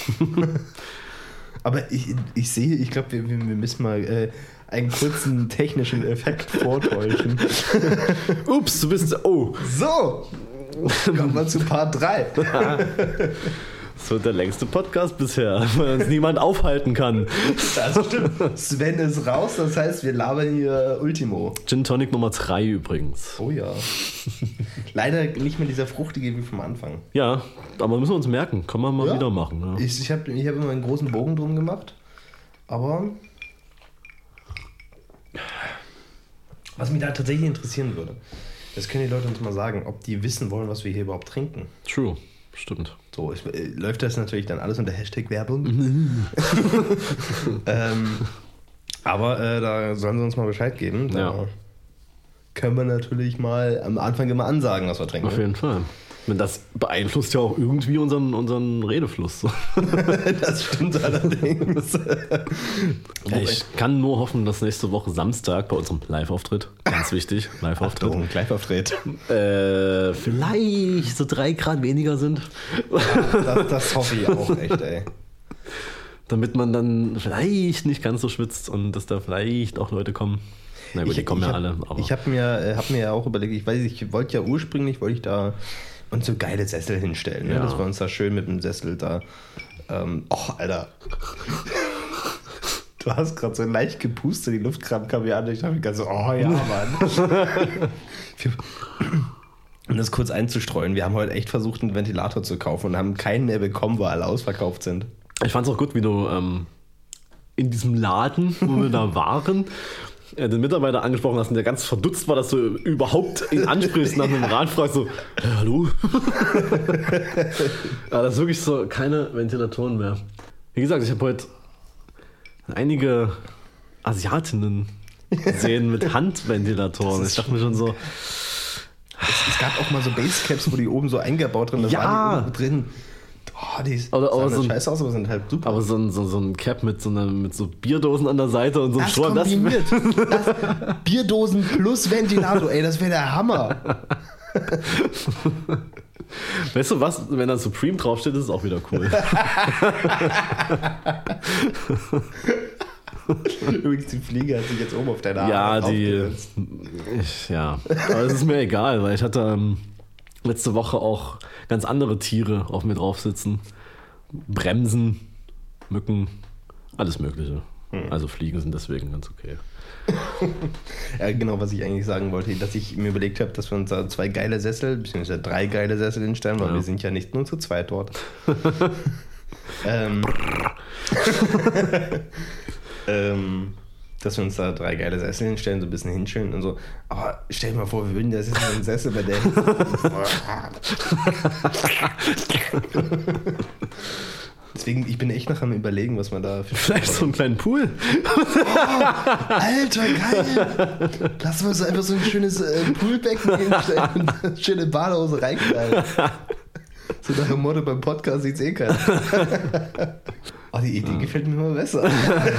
Aber ich, ich sehe, ich glaube, wir, wir müssen mal äh, einen kurzen technischen Effekt vortäuschen. Ups, du bist. Oh! So! Kommen wir zu Part drei. Das wird der längste Podcast bisher, weil uns niemand aufhalten kann. Das stimmt. Sven ist raus, das heißt, wir labern hier Ultimo. Gin Tonic Nummer drei übrigens. Oh ja. Leider nicht mehr dieser fruchtige wie vom Anfang. Ja, aber müssen wir uns merken. Kann man mal ja. wieder machen. Ja. Ich, ich habe ich hab immer einen großen Bogen drum gemacht. Aber was mich da tatsächlich interessieren würde, das können die Leute uns mal sagen, ob die wissen wollen, was wir hier überhaupt trinken. True, stimmt. So, ich, äh, läuft das natürlich dann alles unter Hashtag Werbung. ähm, aber äh, da sollen sie uns mal Bescheid geben. Da ja. können wir natürlich mal am Anfang immer ansagen, was wir trinken. Auf jeden Fall. meine, das beeinflusst ja auch irgendwie unseren, unseren Redefluss. Das stimmt allerdings. Ja, ich kann nur hoffen, dass nächste Woche Samstag bei unserem Live-Auftritt, ganz wichtig, Live-Auftritt, Achtung, Live-Auftritt. Äh, vielleicht so drei Grad weniger sind. Ja, das, das hoffe ich auch echt, ey. Damit man dann vielleicht nicht ganz so schwitzt und dass da vielleicht auch Leute kommen. Na gut, ich, die kommen ich ja hab, alle. Aber ich habe mir, hab mir ja auch überlegt, ich weiß, ich wollte ja ursprünglich, wollte ich da uns so geile Sessel hinstellen, ne? Ja. Dass wir uns da schön mit dem Sessel da, ähm, oh, Alter. Du hast gerade so leicht gepustet, die Luftkram kam mir an, ich dachte gerade so, oh ja, Mann. Um das kurz einzustreuen, wir haben heute echt versucht, einen Ventilator zu kaufen und haben keinen mehr bekommen, weil alle ausverkauft sind. Ich fand es auch gut, wie du ähm, in diesem Laden, wo wir da waren, äh, den Mitarbeiter angesprochen hast und der ganz verdutzt war, dass du überhaupt ihn ansprichst nach einem Rat, fragst so, hey, hallo? Aber das ist wirklich so keine Ventilatoren mehr. Wie gesagt, ich habe heute einige Asiatinnen gesehen mit Handventilatoren. Ich dachte mir schon so... Es, es gab auch mal so Basecaps, wo die oben so eingebaut drin, da ja. waren die oben drin. Oh, die oder, oder sahen so ein, scheiße aus, aber sind halt super. Aber so ein, so, so ein Cap mit so, einer, mit so Bierdosen an der Seite und so einem das kombiniert. Das, das Bierdosen plus Ventilator, ey, das wäre der Hammer. Weißt du was, wenn da Supreme draufsteht, ist es auch wieder cool. Übrigens, die Fliege hat sich jetzt oben auf deiner Ja, Arme die. Ich, ja, aber es ist mir egal, weil ich hatte ähm, letzte Woche auch ganz andere Tiere auf mir drauf sitzen. Bremsen, Mücken, alles Mögliche. Hm. Also Fliegen sind deswegen ganz okay. Ja, genau, was ich eigentlich sagen wollte, dass ich mir überlegt habe, dass wir uns da zwei geile Sessel, beziehungsweise drei geile Sessel hinstellen, weil ja. wir sind ja nicht nur zu zweit dort. ähm, ähm, dass wir uns da drei geile Sessel hinstellen, so ein bisschen hinstellen und so. Aber stell dir mal vor, wir würden da sitzen in einem Sessel bei der Deswegen, ich bin echt noch am Überlegen, was man da für... Vielleicht so einen kleinen Pool. Oh, Alter, geil. Lass mal so einfach so ein schönes äh, Poolbecken hinstellen und eine schöne Badehose reinknallen. So nach dem Motto, beim Podcast sieht's eh keiner. Oh, die Idee gefällt mir immer besser.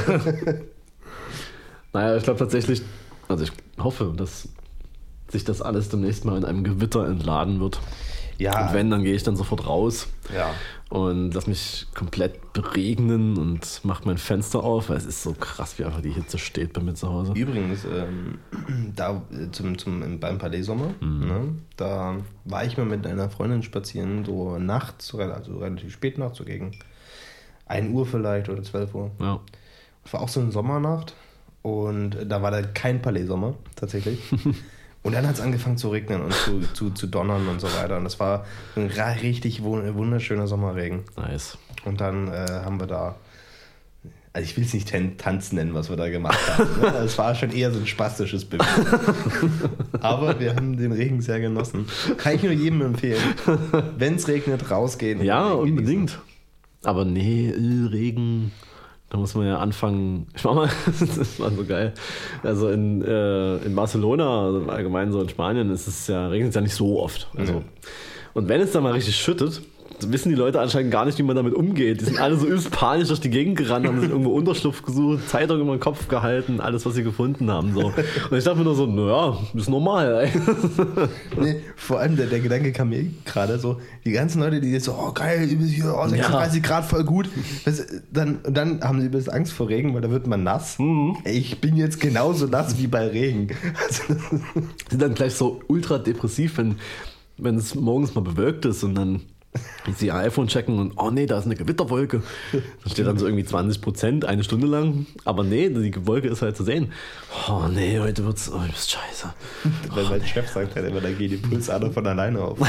Naja, ich glaube tatsächlich, also ich hoffe, dass sich das alles demnächst mal in einem Gewitter entladen wird. Ja. Und wenn, dann gehe ich dann sofort raus. Ja. Und lass mich komplett beregnen und mach mein Fenster auf, weil es ist so krass, wie einfach die Hitze steht bei mir zu Hause. Übrigens, ähm, da zum, zum, beim Palais Sommer, mhm. ne, da war ich mal mit einer Freundin spazieren, so nachts, also relativ spät nachts, so gegen ein Uhr vielleicht oder zwölf Uhr. Ja. Es war auch so eine Sommernacht und da war da kein Palais Sommer, tatsächlich. Und dann hat es angefangen zu regnen und zu, zu, zu donnern und so weiter. Und das war ein richtig wunderschöner Sommerregen. Nice. Und dann äh, haben wir da, also ich will es nicht Tanz nennen, was wir da gemacht haben. Ne? Es war schon eher so ein spastisches Bild. Aber wir haben den Regen sehr genossen. Kann ich nur jedem empfehlen. Wenn es regnet, rausgehen. Ja, unbedingt. Aber nee, Regen... Da muss man ja anfangen. Ich mach mal, das war so geil. Also in, äh, in Barcelona, also allgemein so in Spanien, ist es ja, regnet es ja nicht so oft. Also, mhm. Und wenn es dann mal richtig schüttet, wissen die Leute anscheinend gar nicht, wie man damit umgeht. Die sind alle so übelst panisch durch die Gegend gerannt, haben sich irgendwo Unterschlupf gesucht, Zeitung über den Kopf gehalten, alles, was sie gefunden haben. So. Und ich dachte mir nur so, naja, ist normal. Ey. Nee, vor allem der, der Gedanke kam mir gerade so, die ganzen Leute, die jetzt so, oh geil, hier, oh, sechsunddreißig ja. Grad, voll gut. Das, dann, dann haben sie übelst Angst vor Regen, weil da wird man nass. Mhm. Ey, ich bin jetzt genauso nass wie bei Regen. Also, sind dann gleich so ultra depressiv, wenn, wenn es morgens mal bewölkt ist und dann sie ihr iPhone checken und oh nee, da ist eine Gewitterwolke. Da steht dann so irgendwie zwanzig Prozent eine Stunde lang. Aber nee, die Wolke ist halt zu sehen. Oh nee, heute wird's, oh, du bist scheiße. Weil mein Chef sagt halt immer, da geht die Pulsader von alleine auf.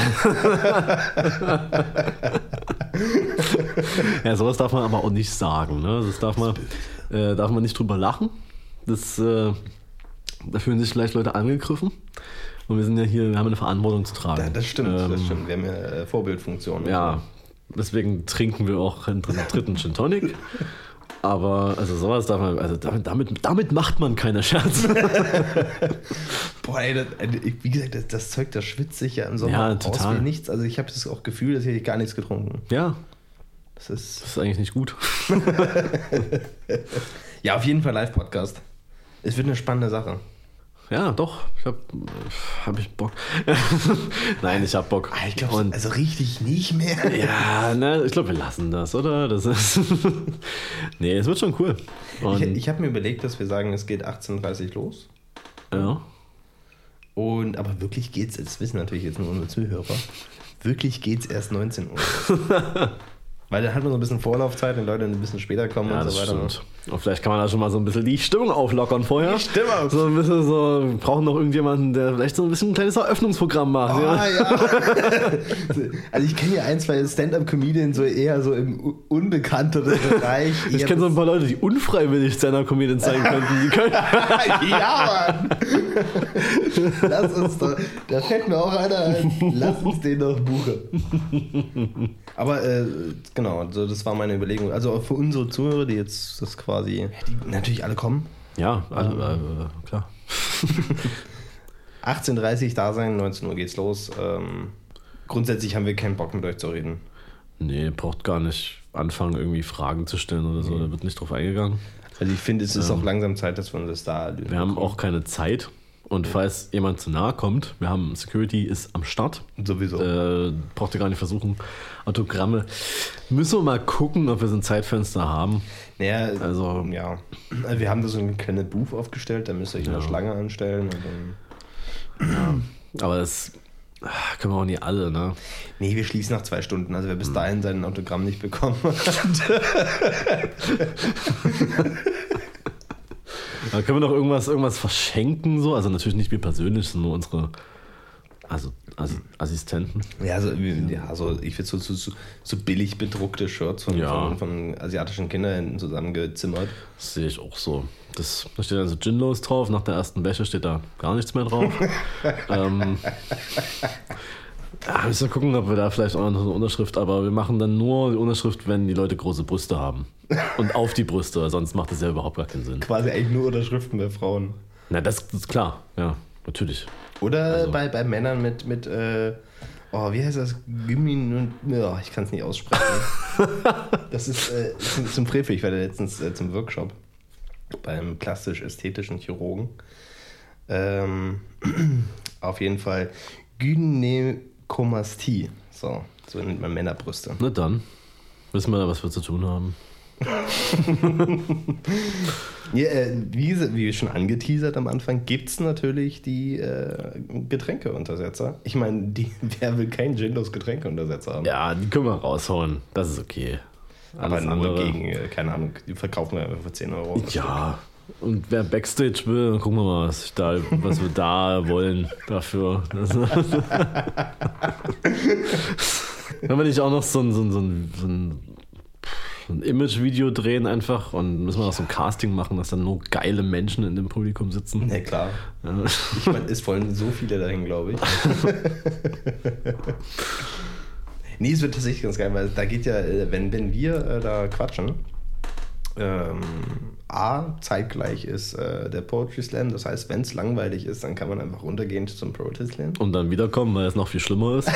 Ja, sowas darf man aber auch nicht sagen. Ne? Das darf man, äh, darf man nicht drüber lachen. Das, äh, da fühlen sich vielleicht Leute angegriffen. Und wir sind ja hier, wir haben eine Verantwortung zu tragen. Ja, das stimmt, ähm, das stimmt. Wir haben ja äh, Vorbildfunktionen. Ja, deswegen trinken wir auch einen dritten Gin Tonic. Aber also sowas darf man, also damit, damit, damit macht man keine Scherze. Boah, ey, das, wie gesagt, das, das Zeug, das schwitzt sich ja im Sommer Ja, aus total. wie nichts. Also ich habe das auch Gefühl, dass hätte ich gar nichts getrunken. Ja, Das ist das ist eigentlich nicht gut. ja auf jeden Fall Live-Podcast. Es wird eine spannende Sache. Ja, doch. Ich hab, hab ich Bock. Nein, ich hab Bock. Ah, ich glaube, Und also richtig nicht mehr. ja, ne, ich glaube, wir lassen das, oder? Das ist nee, es wird schon cool. Und, Ich, ich habe mir überlegt, dass wir sagen, es geht achtzehn Uhr dreißig los. ja. Und aber wirklich geht's, das wissen natürlich jetzt nur unsere Zuhörer, wirklich geht's erst neunzehn Uhr. Weil dann hat man so ein bisschen Vorlaufzeit, wenn Leute ein bisschen später kommen Ja, und das so weiter. stimmt. Und vielleicht kann man da schon mal so ein bisschen die Stimmung auflockern vorher. Die Stimmung. So ein bisschen so, wir brauchen noch irgendjemanden, der vielleicht so ein bisschen ein kleines Eröffnungsprogramm macht. Ah, ja. ja. Also ich kenne ja ein, zwei Stand-Up-Comedians so eher so im u- unbekannteren Bereich. Ich kenne so ein paar Leute, die unfreiwillig Stand-Up-Comedians sein könnten. Die können Ja, Mann! Lass uns doch, da fällt mir auch einer ein, lass uns den doch buchen. Aber äh, genau, also das war meine Überlegung. Also auch für unsere Zuhörer, die jetzt das quasi, die natürlich alle kommen. ja, also, äh, klar. achtzehn Uhr dreißig da sein, neunzehn Uhr geht's los. Ähm, grundsätzlich haben wir keinen Bock mit euch zu reden. Nee, braucht gar nicht anfangen, irgendwie Fragen zu stellen oder so. Da wird nicht drauf eingegangen. Also ich finde, es ist auch langsam Zeit, dass wir uns das da lösen. Wir haben auch keine Zeit. Und falls jemand zu nahe kommt, wir haben Security ist am Start. Sowieso. Äh, braucht ihr gar nicht versuchen. Autogramme. Müssen wir mal gucken, ob wir so ein Zeitfenster haben. Naja, Also- ja. Wir haben da so eine kleine Booth aufgestellt, da müsst ihr euch in der Ja. Schlange anstellen. Und dann Aber das ah, können wir auch nie alle, ne? nee, wir schließen nach zwei Stunden. Also wer bis dahin sein Autogramm nicht bekommen hat. Da können wir noch irgendwas, irgendwas verschenken, so. Also natürlich nicht wir persönlich, sondern nur unsere also, also Assistenten. Ja, also, ja, also ich finde so, so, so, so billig bedruckte Shirts von, Ja. von, von asiatischen Kinderhänden zusammengezimmert. Das sehe ich auch so. Das, da steht dann so Ginlos drauf, nach der ersten Wäsche steht da gar nichts mehr drauf. ähm, ja, müssen wir gucken, ob wir da vielleicht auch noch eine Unterschrift, aber wir machen dann nur die Unterschrift, wenn die Leute große Brüste haben. Und auf die Brüste, sonst macht das ja überhaupt gar keinen Sinn. Quasi eigentlich nur Unterschriften bei Frauen. Na, das, das ist klar, ja, natürlich. Oder Also- bei, bei Männern mit, mit äh, oh, wie heißt das? Gymin, oh, ich kann es nicht aussprechen. Das ist äh, zum, zum Frevel. Ich war da letztens äh, zum Workshop beim plastisch-ästhetischen Chirurgen. Ähm, auf jeden Fall Gynäkomastie. So, so nennt man Männerbrüste. Na dann, wissen wir da, was wir zu tun haben. Ja, äh, wie, wie schon angeteasert am Anfang, gibt es natürlich die äh, Getränkeuntersetzer. Ich meine, die, wer will keinen Ginlos Getränkeuntersetzer haben? Ja, die können wir raushauen, das ist okay. Aber Alles nur andere- gegen, äh, keine Ahnung, die verkaufen wir einfach für zehn Euro. Ja, und wer Backstage will, gucken wir mal, was, ich da, was wir da wollen dafür. Wenn wir nicht auch noch so ein, so ein, so ein, so ein, so ein Image-Video drehen einfach und müssen wir noch so ein Casting machen, dass dann nur geile Menschen in dem Publikum sitzen. Ne, klar. Ja. Ich meine, es wollen so viele dahin, glaube ich. Nee, es wird tatsächlich ganz geil, weil da geht ja, äh, wenn, wenn wir äh, da quatschen, ähm, A, zeitgleich ist äh, der Poetry Slam, das heißt, wenn es langweilig ist, dann kann man einfach runtergehen zum Poetry Slam. Und dann wiederkommen, weil es noch viel schlimmer ist.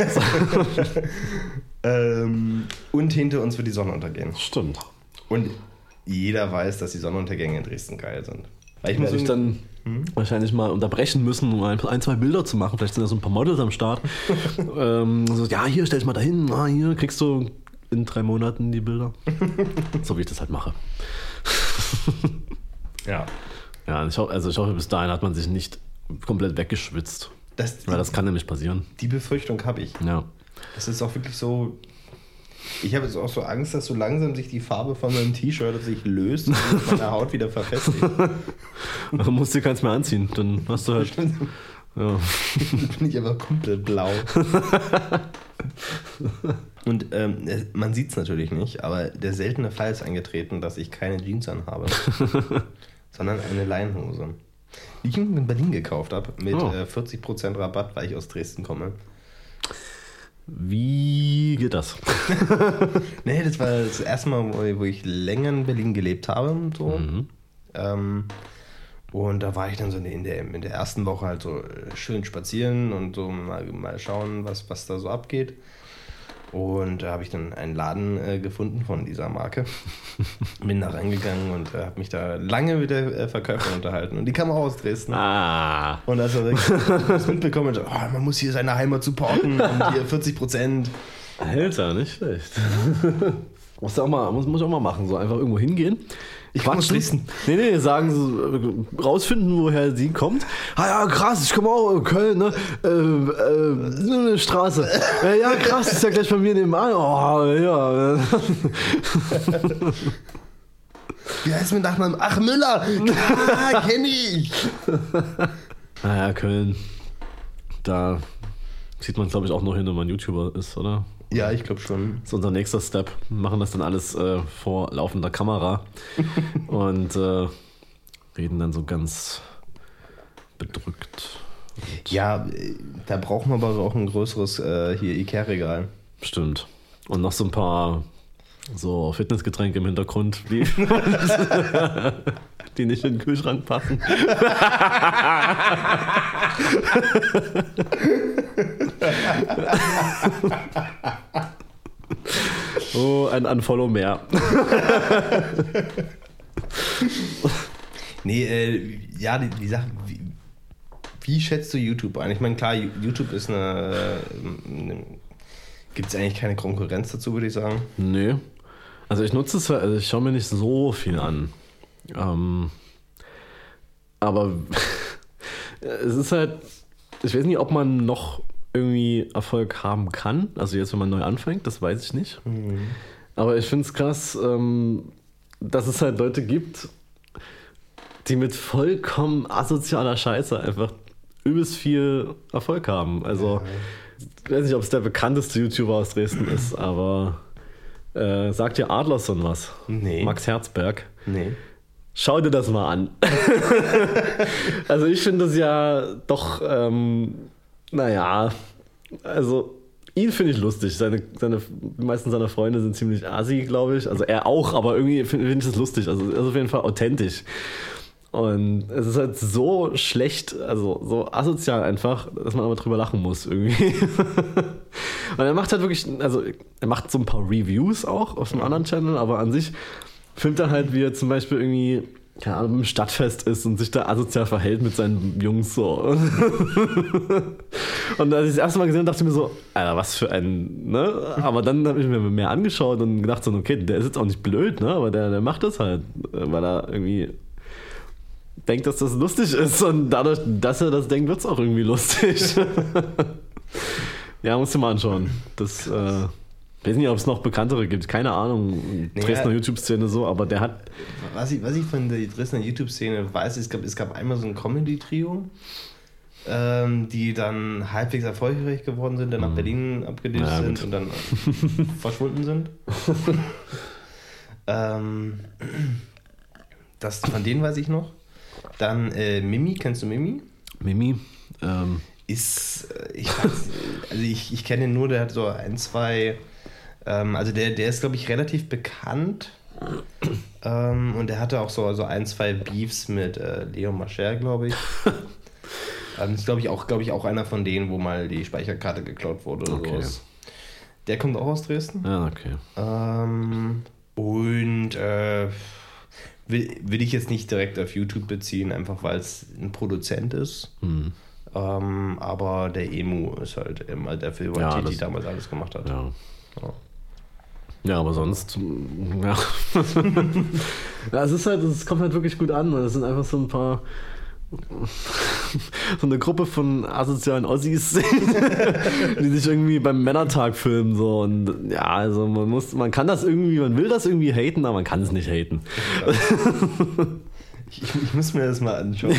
Ähm, und hinter uns wird die Sonne untergehen. Stimmt. Und jeder weiß, dass die Sonnenuntergänge in Dresden geil sind. Weil Ich muss mich dann wahrscheinlich mal unterbrechen müssen, um ein, ein, zwei Bilder zu machen. Vielleicht sind da so ein paar Models am Start. ähm, so, ja, hier, stell dich mal dahin. Ah, hier kriegst du in drei Monaten die Bilder. So wie ich das halt mache. Ja. Ja, ich hoffe, also ich hoffe, bis dahin hat man sich nicht komplett weggeschwitzt. Das, Weil das kann nämlich passieren. die Befürchtung habe ich. Ja. Das ist auch wirklich so. Ich habe jetzt auch so Angst, dass so langsam sich die Farbe von meinem T-Shirt sich löst und sich meine Haut wieder verfestigt. Dann musst du keins mehr anziehen. Dann hast du halt. Ja. Dann bin ich aber komplett blau. Und ähm, man sieht es natürlich nicht, aber der seltene Fall ist eingetreten, dass ich keine Jeans anhabe, sondern eine Leinhose. Die ich in Berlin gekauft habe mit Oh. äh, vierzig Prozent Rabatt, weil ich aus Dresden komme. Wie geht das? Nee, das war das erste Mal, wo wo ich länger in Berlin gelebt habe. Und so. Mhm. Ähm, und da war ich dann so in der, in der ersten Woche halt so schön spazieren und so mal, mal schauen, was, was da so abgeht. Und da habe ich dann einen Laden äh, gefunden von dieser Marke. Bin da reingegangen und äh, habe mich da lange mit der äh, Verkäuferin unterhalten. Und die kam auch aus Dresden. Ah. Und als er das mitbekommen hat, oh, man muss hier seine Heimat supporten und hier vierzig Prozent. Alter, nicht schlecht. Muss, auch mal, muss, muss ich auch mal machen, so einfach irgendwo hingehen. Ich komme aus Dresden. Nee, nee, sagen so, rausfinden, woher sie kommt. Ah ja, krass, ich komme auch aus Köln, ne? Äh, äh, so eine Straße. Ja, ja, krass, ist ja gleich bei mir nebenan. Oh, ja. Wie heißt mein Nachname? Ach, Müller! Ah, kenn ich! Naja, Köln. Da sieht man, glaube ich, auch noch hin, wenn man YouTuber ist, oder? Ja, ich glaube schon. Das ist unser nächster Step. Wir machen das dann alles äh, vor laufender Kamera und äh, reden dann so ganz bedrückt. Und Ja, da brauchen wir aber auch ein größeres äh, hier Ikea-Regal. Stimmt. Und noch so ein paar so Fitnessgetränke im Hintergrund, die, die nicht in den Kühlschrank passen. Oh, ein Unfollow mehr. Nee, äh, ja, die, die Sache, wie, wie schätzt du YouTube ein? Ich meine, klar, YouTube ist eine, eine gibt es eigentlich keine Konkurrenz dazu, würde ich sagen. Nee. Also ich nutze es, also ich schaue mir nicht so viel an. Ähm, aber es ist halt, ich weiß nicht, ob man noch irgendwie Erfolg haben kann. Also jetzt, wenn man neu anfängt, das weiß ich nicht. Mhm. Aber ich finde es krass, ähm, dass es halt Leute gibt, die mit vollkommen asozialer Scheiße einfach übelst viel Erfolg haben. Also ich weiß nicht, ob es der bekannteste YouTuber aus Dresden ist, aber äh, sagt dir Adlerson was? Nee. Max Herzberg. Nee. Schau dir das mal an. Also ich finde das ja doch, ähm, naja, also ihn finde ich lustig. Seine, seine, die meisten seiner Freunde sind ziemlich assi, glaube ich. Also er auch, aber irgendwie finde find ich das lustig. Also er ist auf jeden Fall authentisch. Und es ist halt so schlecht, also so asozial einfach, dass man aber drüber lachen muss irgendwie. Und er macht halt wirklich, also er macht so ein paar Reviews auch auf einem anderen Channel, aber an sich filmt er halt, wie er zum Beispiel irgendwie, keine Ahnung, im Stadtfest ist und sich da asozial verhält mit seinen Jungs so. Und als ich das erste Mal gesehen habe, dachte ich mir so, Alter, was für ein, ne? Aber dann habe ich mir mehr angeschaut und gedacht so, okay, der ist jetzt auch nicht blöd, ne? Aber der, der macht das halt, weil er irgendwie denkt, dass das lustig ist und dadurch, dass er das denkt, wird es auch irgendwie lustig. Ja, musst du mal anschauen. Das, äh, ich weiß nicht, ob es noch bekanntere gibt. Keine Ahnung. Naja, Dresdner YouTube-Szene so, aber der hat. Was ich, was ich von der Dresdner YouTube-Szene weiß, es gab, es gab einmal so ein Comedy-Trio, ähm, die dann halbwegs erfolgreich geworden sind, dann nach Berlin abgedüst Ja, sind gut. und dann verschwunden sind. ähm, das, von denen weiß ich noch. Dann äh, Mimi, kennst du Mimi? Mimi. Ähm, Ist, äh, ich weiß, also ich, ich kenne ihn nur, der hat so ein, zwei, ähm, also der, der ist, glaube ich, relativ bekannt. Ähm, und der hatte auch so, so ein, zwei Beefs mit äh, Leo Mascher, glaube ich. ähm, ist, glaube ich, auch, glaube ich, auch einer von denen, wo mal die Speicherkarte geklaut wurde oder Okay. sowas. Der kommt auch aus Dresden. ja, okay. Ähm, und äh, will, will ich jetzt nicht direkt auf YouTube beziehen, einfach weil es ein Produzent ist. Hm. Ähm, aber der Emu ist halt immer der Film, Ja, die das- damals alles gemacht hat. Ja. Ja. Ja, aber sonst, ja. Ja, es ist halt, es kommt halt wirklich gut an. Es sind einfach so ein paar, so eine Gruppe von asozialen Ossis, die sich irgendwie beim Männertag filmen, so. Und ja, also man muss, man kann das irgendwie, man will das irgendwie haten, aber man kann es nicht haten. Ich, ich muss mir das mal anschauen.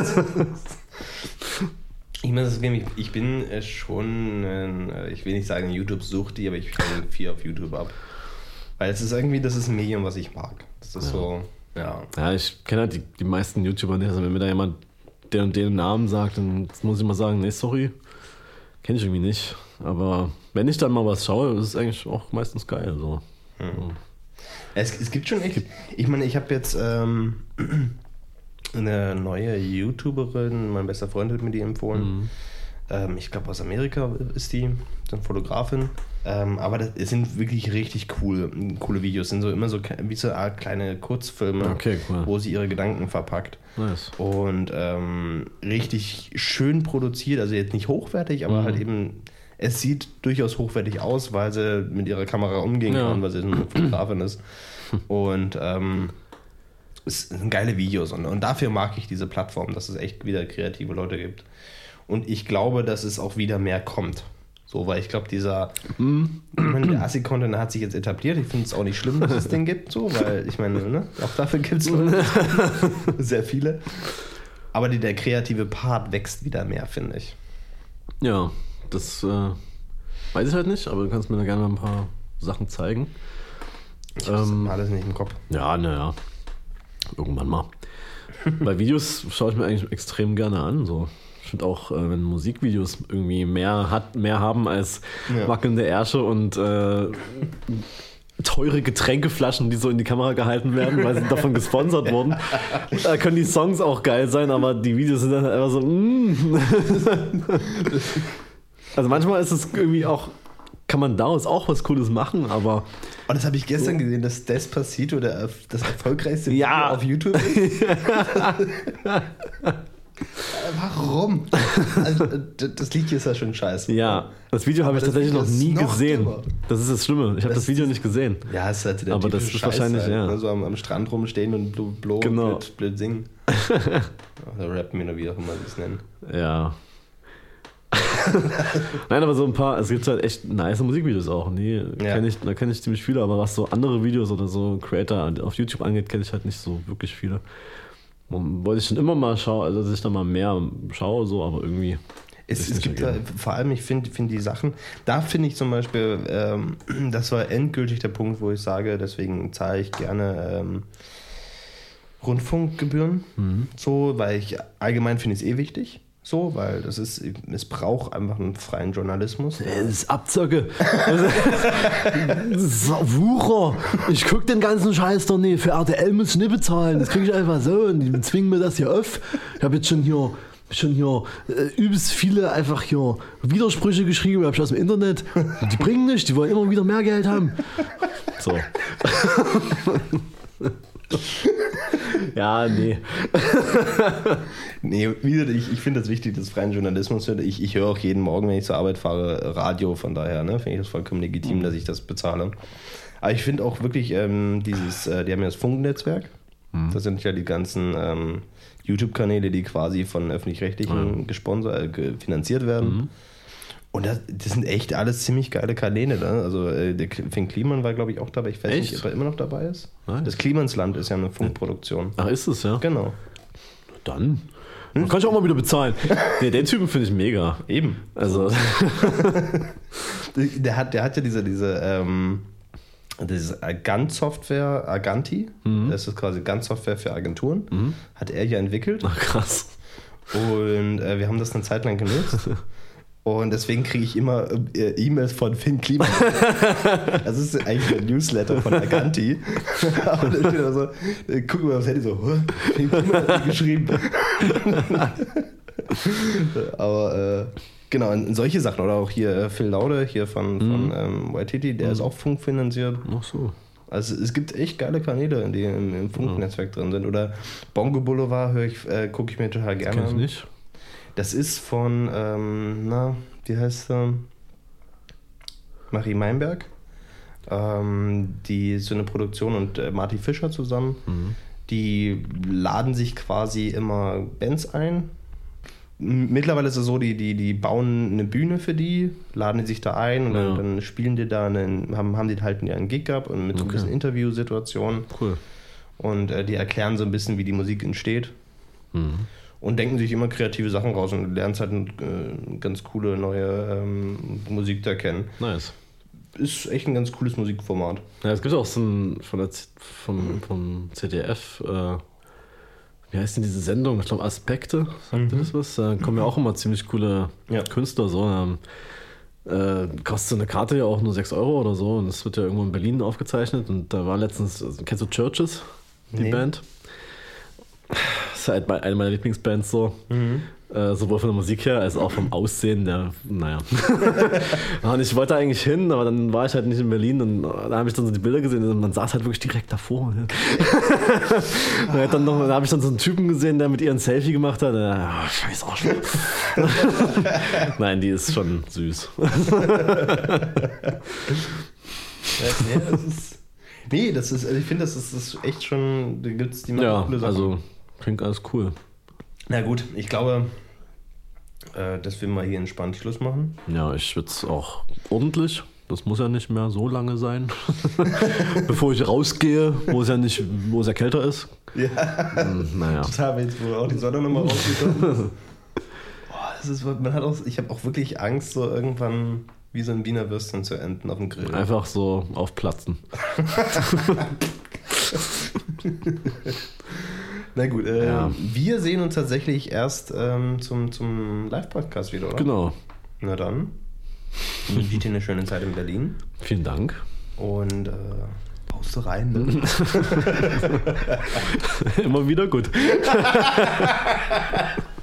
Ich muss das geben, ich, ich bin äh, schon, ein, äh, ich will nicht sagen YouTube-Suchti, aber ich hänge viel auf YouTube ab. Weil es ist irgendwie, das ist ein Medium, was ich mag. Das ist Ja. so, ja. Ja, ich kenne halt die, die meisten YouTuber nicht. Also wenn mir da jemand den und den Namen sagt, dann muss ich mal sagen, nee, sorry, kenne ich irgendwie nicht. Aber wenn ich dann mal was schaue, ist es eigentlich auch meistens geil. So. Hm. So. Es, es gibt schon echt, ich meine, ich habe jetzt ähm, eine neue YouTuberin, mein bester Freund hat mir die empfohlen. Mhm. Ähm, ich glaube aus Amerika ist die, so eine Fotografin. Ähm, aber das, es sind wirklich richtig cool, coole Videos. Es sind so immer so wie so Art kleine Kurzfilme, okay, cool. wo sie ihre Gedanken verpackt. Nice. Und ähm, richtig schön produziert, also jetzt nicht hochwertig, aber mhm. halt eben, es sieht durchaus hochwertig aus, weil sie mit ihrer Kamera umgehen ja. kann, weil sie eine Fotografin ist. Und ähm, es sind geile Videos und, und dafür mag ich diese Plattform, dass es echt wieder kreative Leute gibt. Und ich glaube, dass es auch wieder mehr kommt. So, weil ich glaube, dieser mm. ich meine, der Assi-Content hat sich jetzt etabliert. Ich finde es auch nicht schlimm, dass es den gibt, so, weil ich meine, ne, auch dafür gibt es sehr viele. Aber die, der kreative Part wächst wieder mehr, finde ich. Ja, das äh, weiß ich halt nicht, aber du kannst mir da gerne mal ein paar Sachen zeigen. Ich habe ähm, alles nicht im Kopf. Ja, naja. Irgendwann mal. Bei Videos schaue ich mir eigentlich extrem gerne an. So. Ich finde auch, äh, wenn Musikvideos irgendwie mehr hat, mehr haben als ja. wackelnde Ärsche und äh, teure Getränkeflaschen, die so in die Kamera gehalten werden, weil sie davon gesponsert wurden. Da können die Songs auch geil sein, aber die Videos sind dann einfach so. Mm. Also manchmal ist es irgendwie auch, kann man daraus auch was Cooles machen, aber. Oh, das habe ich gestern gesehen, dass Despacito der, das erfolgreichste ja. Video auf YouTube ist. Warum? Also, das Lied hier ist ja schon scheiße. Ja, das Video habe ich tatsächlich noch nie noch gesehen. Dümmer. Das ist das Schlimme. Ich habe das, das Video nicht gesehen. Ja, es ist halt der aber das ist Scheiß wahrscheinlich, halt, ja. Ne? So am, am Strand rumstehen und blöd, blöd, genau. blöd, blöd singen. Oder rappen oder wie auch immer sie es nennen. Ja. Nein, aber so ein paar, es gibt halt echt nice Musikvideos auch. Nee, ja. kenn ich, da kenne ich ziemlich viele, aber was so andere Videos oder so Creator auf YouTube angeht, kenne ich halt nicht so wirklich viele. Wollte ich schon immer mal schauen, also dass ich da mal mehr schaue, so, aber irgendwie. Es, es gibt da, vor allem, ich finde find die Sachen, da finde ich zum Beispiel, ähm, das war endgültig der Punkt, wo ich sage, deswegen zahle ich gerne ähm, Rundfunkgebühren, mhm. so, weil ich allgemein finde ich es eh wichtig. So, weil das ist, es braucht einfach einen freien Journalismus. Das ist Abzocke. Das ist Wucher. Ich guck den ganzen Scheiß doch nicht. Für R T L muss ich nicht bezahlen. Das kriege ich einfach so und die zwingen mir das hier auf. Ich habe jetzt schon hier, schon hier äh, übelst viele einfach hier Widersprüche geschrieben, habe ich aus dem Internet. Die bringen nichts, die wollen immer wieder mehr Geld haben. So. Ja, nee. Nee, wieder, ich, ich finde das wichtig, dass freien Journalismus hört. Ich, ich höre auch jeden Morgen, wenn ich zur Arbeit fahre, Radio, von daher ne, finde ich das vollkommen legitim, mhm. dass ich das bezahle. Aber ich finde auch wirklich ähm, dieses, äh, die haben ja das Funknetzwerk. Mhm. Das sind ja die ganzen ähm, YouTube-Kanäle, die quasi von Öffentlich-Rechtlichen mhm. gesponsert, äh, finanziert werden. Mhm. Und das, das sind echt alles ziemlich geile Kanäle. Ne? Also äh, der Finn Kliman war, glaube ich, auch dabei. Ich weiß echt? nicht, ob er immer noch dabei ist. Nice. Das Klimansland ist ja eine Funkproduktion. Ach, ist es, ja? Genau. Dann hm? kann ich auch mal wieder bezahlen. Nee, den Typen finde ich mega. Eben. Also. der, hat, der hat ja diese, diese ähm, diese Agant-Software, Aganti, mhm. das ist quasi Agant-Software für Agenturen, mhm. hat er ja entwickelt. Ach, krass. Und äh, wir haben das eine Zeit lang genutzt. Und deswegen kriege ich immer äh, E-Mails von Finn Kliman. Das ist eigentlich ein Newsletter von Aganti. Aber da steht so, äh, gucken wir aufs Handy so, Finn Kliman hat geschrieben. Aber äh, genau, in solche Sachen. Oder auch hier äh, Phil Laude hier von, mhm. von ähm, Waititi, der mhm. ist auch funkfinanziert. Ach so. Also es gibt echt geile Kanäle, die im, im Funknetzwerk drin sind. Oder Bongo Boulevard höre ich, äh, gucke ich mir total gerne an. Kenn ich nicht. Das ist von, ähm, na, wie heißt sie? Marie Meinberg. Ähm, die so eine Produktion und äh, Marty Fischer zusammen. Mhm. Die laden sich quasi immer Bands ein. Mittlerweile ist es so, die, die, die bauen eine Bühne für die, laden die sich da ein und ja. dann, dann spielen die da, einen, haben, haben die halt einen Gig gehabt und mit so ein bisschen okay. Interviewsituationen. Cool. Und äh, die erklären so ein bisschen, wie die Musik entsteht. Mhm. Und denken sich immer kreative Sachen raus und lernen halt eine äh, ganz coole neue ähm, Musik da kennen. Nice. Ist echt ein ganz cooles Musikformat. Ja, es gibt auch so ein von der Z- vom, vom Z D F, äh, wie heißt denn diese Sendung? Ich glaube Aspekte, sagt mhm. ihr das was? Da kommen ja auch immer ziemlich coole ja. Künstler so. Ähm, Äh, kostet so eine Karte ja auch nur sechs Euro oder so und es wird ja irgendwo in Berlin aufgezeichnet und da war letztens, also, kennst du Churches, die nee. Band? Das ist halt eine meiner Lieblingsbands so, mhm. äh, sowohl von der Musik her als auch vom Aussehen, der, naja. Und ich wollte eigentlich hin, aber dann war ich halt nicht in Berlin und da habe ich dann so die Bilder gesehen und man saß halt wirklich direkt davor. dann noch, da habe ich dann so einen Typen gesehen, der mit ihr ein Selfie gemacht hat. Oh, scheiß Arschloch. Nein, die ist schon süß. ja, das ist, nee, das ist, also ich finde, das ist, das ist echt schon, da gibt es die ja, coole Sachen. Also klingt alles cool. Na gut, ich glaube, äh, dass wir mal hier entspannt Schluss machen. Ja, ich würde es auch ordentlich. Das muss ja nicht mehr so lange sein. Bevor ich rausgehe, wo es ja nicht, wo es ja kälter ist. Ja. Ähm, naja. Total, wenn jetzt wo auch die Sonne nochmal rausgekommen ist. Boah, das ist, man hat auch, ich habe auch wirklich Angst, so irgendwann wie so ein Wiener Würstchen zu enden auf dem Grill. Einfach so aufplatzen. Na gut, äh, ja. wir sehen uns tatsächlich erst ähm, zum, zum Live-Podcast wieder, oder? Genau. Na dann, ich wünsche dir eine schöne Zeit in Berlin. Vielen Dank. Und äh, haust du rein, ne? Immer wieder gut.